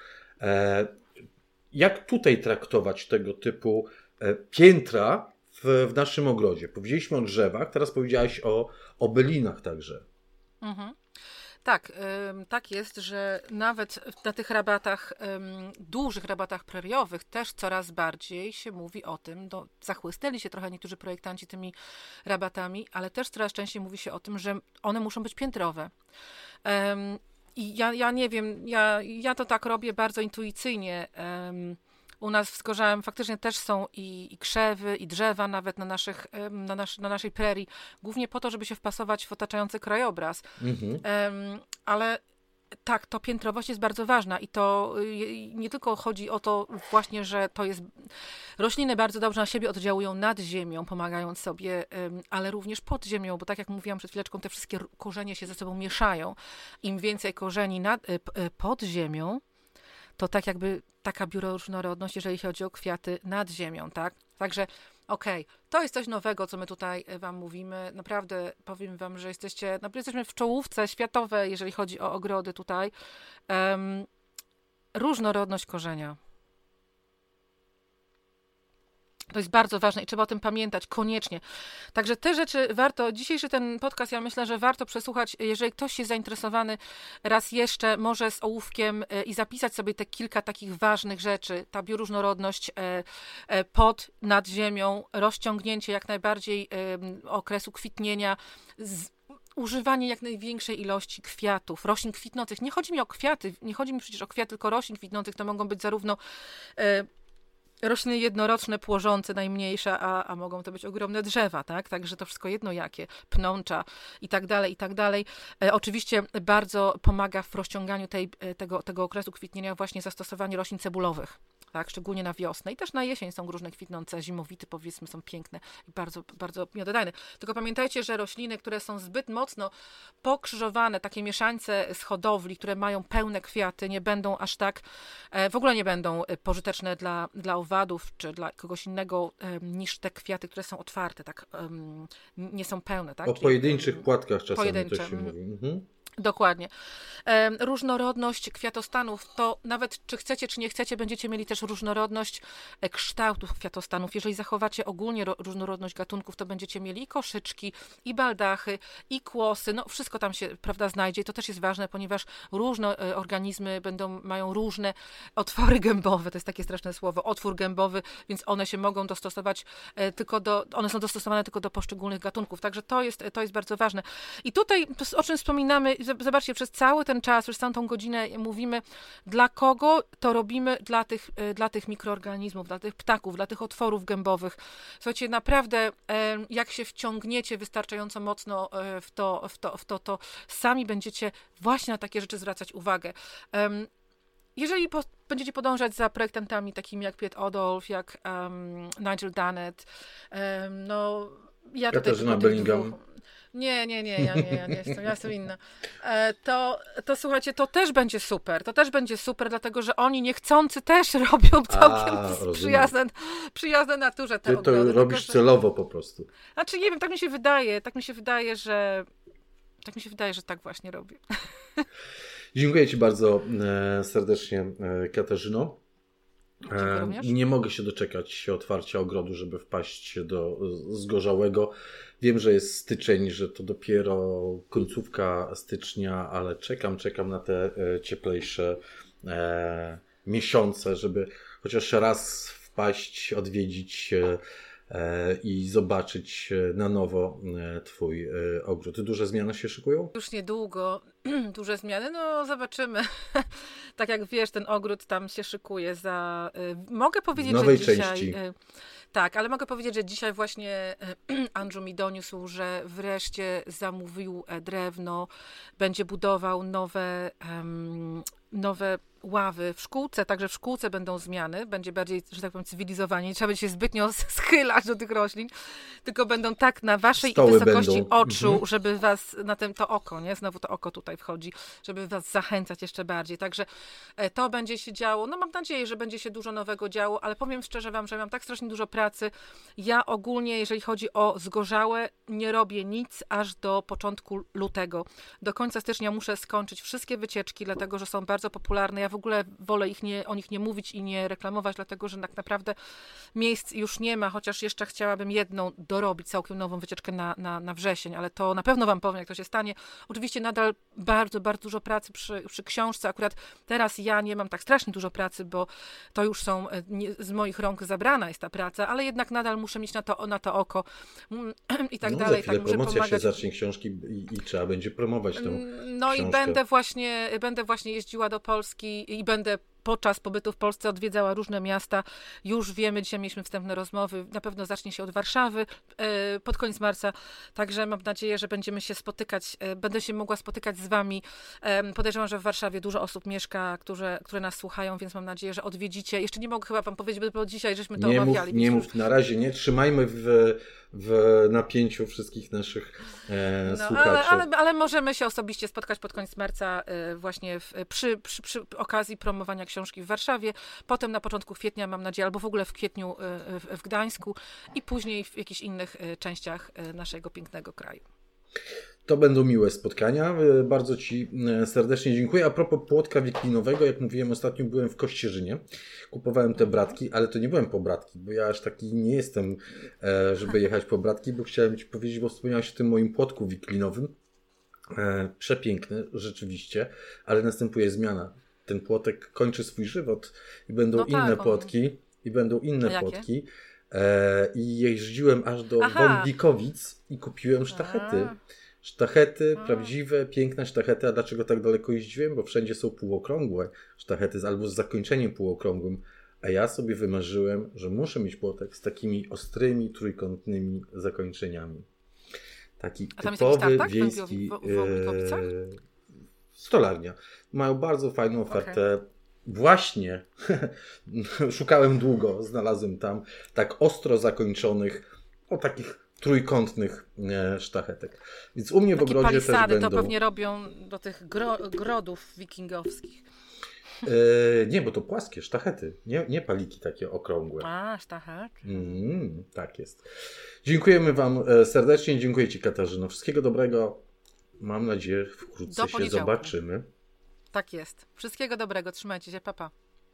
Jak tutaj traktować tego typu piętra w, w naszym ogrodzie? Powiedzieliśmy o drzewach, teraz powiedziałaś o, o bylinach także. Mhm. Tak, tak jest, że nawet na tych rabatach, dużych rabatach preriowych też coraz bardziej się mówi o tym, no, zachłysnęli się trochę niektórzy projektanci tymi rabatami, ale też coraz częściej mówi się o tym, że one muszą być piętrowe. I ja, ja nie wiem, ja, ja to tak robię bardzo intuicyjnie. U nas w Zgorzałem faktycznie też są i, i krzewy, i drzewa nawet na, naszych, na, nasz, na naszej prerii, głównie po to, żeby się wpasować w otaczający krajobraz. Mhm. Um, ale tak, to piętrowość jest bardzo ważna i to nie tylko chodzi o to właśnie, że to jest... Rośliny bardzo dobrze na siebie oddziałują nad ziemią, pomagając sobie, ale również pod ziemią, bo tak jak mówiłam przed chwileczką, te wszystkie korzenie się ze sobą mieszają. Im więcej korzeni nad, pod ziemią, to tak jakby taka bioróżnorodność, jeżeli chodzi o kwiaty nad ziemią, tak? Także okej, okay. To jest coś nowego, co my tutaj wam mówimy. Naprawdę powiem wam, że jesteście, naprawdę jesteśmy w czołówce światowej, jeżeli chodzi o ogrody tutaj. Um, różnorodność korzenia. To jest bardzo ważne i trzeba o tym pamiętać koniecznie. Także te rzeczy warto, dzisiejszy ten podcast, ja myślę, że warto przesłuchać, jeżeli ktoś jest zainteresowany raz jeszcze, może z ołówkiem i zapisać sobie te kilka takich ważnych rzeczy. Ta bioróżnorodność pod, nad ziemią, rozciągnięcie jak najbardziej okresu kwitnienia, z, używanie jak największej ilości kwiatów, roślin kwitnących. Nie chodzi mi o kwiaty, nie chodzi mi przecież o kwiaty, tylko roślin kwitnących. To mogą być zarówno rośliny jednoroczne, płożące, najmniejsze, a, a mogą to być ogromne drzewa, tak? Także to wszystko jedno jakie, pnącza i tak dalej, i tak dalej. E, oczywiście bardzo pomaga w rozciąganiu tej, tego, tego okresu kwitnienia właśnie zastosowanie roślin cebulowych, tak? Szczególnie na wiosnę i też na jesień są różne kwitnące, zimowity powiedzmy są piękne i bardzo, bardzo miododajne. Tylko pamiętajcie, że rośliny, które są zbyt mocno pokrzyżowane, takie mieszańce z hodowli, które mają pełne kwiaty, nie będą aż tak, e, w ogóle nie będą pożyteczne dla, dla owadów czy dla kogoś innego e, niż te kwiaty, które są otwarte, tak, e, nie są pełne. Tak? O pojedynczych płatkach czasami Pojedyncze. to się mówi. Mhm. Dokładnie. E, różnorodność kwiatostanów, to nawet czy chcecie, czy nie chcecie, będziecie mieli też różnorodność e, kształtów kwiatostanów. Jeżeli zachowacie ogólnie ro, różnorodność gatunków, to będziecie mieli i koszyczki, i baldachy, i kłosy, no wszystko tam się, prawda, znajdzie i to też jest ważne, ponieważ różne e, organizmy będą, mają różne otwory gębowe, to jest takie straszne słowo, otwór gębowy, więc one się mogą dostosować e, tylko do, one są dostosowane tylko do poszczególnych gatunków, także to jest, to jest bardzo ważne. I tutaj, to, o czym wspominamy, zobaczcie, przez cały ten czas, przez całą tą godzinę mówimy, dla kogo to robimy, dla tych, dla tych mikroorganizmów, dla tych ptaków, dla tych otworów gębowych. Słuchajcie, naprawdę jak się wciągniecie wystarczająco mocno w to, w to, w to, to sami będziecie właśnie na takie rzeczy zwracać uwagę. Jeżeli po, będziecie podążać za projektantami takimi jak Piet Odolf, jak um, Nigel Dunnett, um, no ja tutaj Katarzyna Bellingham. Dwóch, Nie, nie, nie, ja nie, ja nie jestem, ja jestem inna. E, to, to słuchajcie, to też będzie super, to też będzie super, dlatego że oni niechcący też robią całkiem A, przyjazne, przyjazne naturze te Ty to ogrody. robisz tylko, celowo po prostu. Znaczy nie wiem, tak mi się wydaje, tak mi się wydaje, że tak mi się wydaje, że tak właśnie robię. Dziękuję Ci bardzo e, serdecznie, e, Katarzyno. E, nie mogę się doczekać otwarcia ogrodu, żeby wpaść do Zgorzałego. Wiem, że jest styczeń, że to dopiero końcówka stycznia, ale czekam, czekam na te e, cieplejsze e, miesiące, żeby chociaż raz wpaść, odwiedzić e, e, i zobaczyć na nowo e, Twój e, ogród. Duże zmiany się szykują? Już niedługo. Duże zmiany, no zobaczymy. Tak jak wiesz, ten ogród tam się szykuje za... Y, mogę powiedzieć, nowej że dzisiaj... części. Y, tak, ale mogę powiedzieć, że dzisiaj właśnie y, Andrew mi doniósł, że wreszcie zamówił drewno, będzie budował nowe, um, nowe ławy w szkółce, także w szkółce będą zmiany, będzie bardziej, że tak powiem, cywilizowanie, nie trzeba będzie się zbytnio schylać do tych roślin, tylko będą tak na waszej Stoły wysokości będą. oczu, Mhm. żeby was, na tym to oko, nie? Znowu to oko tutaj wchodzi, żeby was zachęcać jeszcze bardziej, także to będzie się działo, no mam nadzieję, że będzie się dużo nowego działo, ale powiem szczerze wam, że mam tak strasznie dużo pracy, ja ogólnie, jeżeli chodzi o Zgorzałe, nie robię nic aż do początku lutego, do końca stycznia muszę skończyć wszystkie wycieczki, dlatego, że są bardzo popularne, ja w ogóle wolę ich nie, o nich nie mówić i nie reklamować, dlatego, że tak naprawdę miejsc już nie ma, chociaż jeszcze chciałabym jedną dorobić, całkiem nową wycieczkę na, na, na wrzesień, ale to na pewno wam powiem, jak to się stanie. Oczywiście nadal bardzo, bardzo dużo pracy przy, przy książce, akurat teraz ja nie mam tak strasznie dużo pracy, bo to już są, nie, z moich rąk zabrana jest ta praca, ale jednak nadal muszę mieć na to, na to oko i tak no, dalej. Za chwilę tak, muszę promocja pomagać. się zacznie książki i, i trzeba będzie promować tę No książkę. i będę właśnie, będę właśnie jeździła do Polski i będę podczas pobytu w Polsce odwiedzała różne miasta. Już wiemy, dzisiaj mieliśmy wstępne rozmowy, na pewno zacznie się od Warszawy e, pod koniec marca, także mam nadzieję, że będziemy się spotykać, e, będę się mogła spotykać z wami. E, podejrzewam, że w Warszawie dużo osób mieszka, które, które nas słuchają, więc mam nadzieję, że odwiedzicie. Jeszcze nie mogę chyba wam powiedzieć, bo dzisiaj żeśmy to nie omawiali. Mów, nie już... mów, na razie nie. Trzymajmy w, w napięciu wszystkich naszych e, no, słuchaczy. Ale, ale, ale możemy się osobiście spotkać pod koniec marca e, właśnie w, przy, przy, przy okazji promowania książki w Warszawie. Potem na początku kwietnia, mam nadzieję, albo w ogóle w kwietniu e, w, w Gdańsku i później w jakichś innych e, częściach e, naszego pięknego kraju. To będą miłe spotkania. Bardzo Ci serdecznie dziękuję. A propos płotka wiklinowego, jak mówiłem ostatnio, byłem w Kościerzynie. Kupowałem te bratki, ale to nie byłem po bratki, bo ja aż taki nie jestem, żeby jechać po bratki, bo chciałem Ci powiedzieć, bo wspomniałeś o tym moim płotku wiklinowym. Przepiękny, rzeczywiście, ale następuje zmiana. Ten płotek kończy swój żywot i będą no inne tak, płotki on... i będą inne płotki. I jeździłem aż do Wąbikowic i kupiłem sztachety. A. Sztachety, A. prawdziwe, piękne sztachety. A dlaczego tak daleko jeździłem? Bo wszędzie są półokrągłe sztachety albo z zakończeniem półokrągłym. A ja sobie wymarzyłem, że muszę mieć płotek z takimi ostrymi, trójkątnymi zakończeniami. Taki A tam typowy jest jakiś tartak wiejski... w, w, w Wąbikowicach? Stolarnia. Mają bardzo fajną ofertę. Okay. Właśnie szukałem długo, znalazłem tam tak ostro zakończonych, o takich trójkątnych e, sztachetek. Więc u mnie takie w ogrodzie palisady też będą... to pewnie robią do tych gro, grodów wikingowskich. E, nie, bo to płaskie sztachety, nie, nie paliki takie okrągłe. A, sztachet. Mm, tak jest. Dziękujemy Wam serdecznie, dziękuję Ci, Katarzyno. Wszystkiego dobrego. Mam nadzieję, wkrótce się zobaczymy. Tak jest. Wszystkiego dobrego. Trzymajcie się. Pa, pa.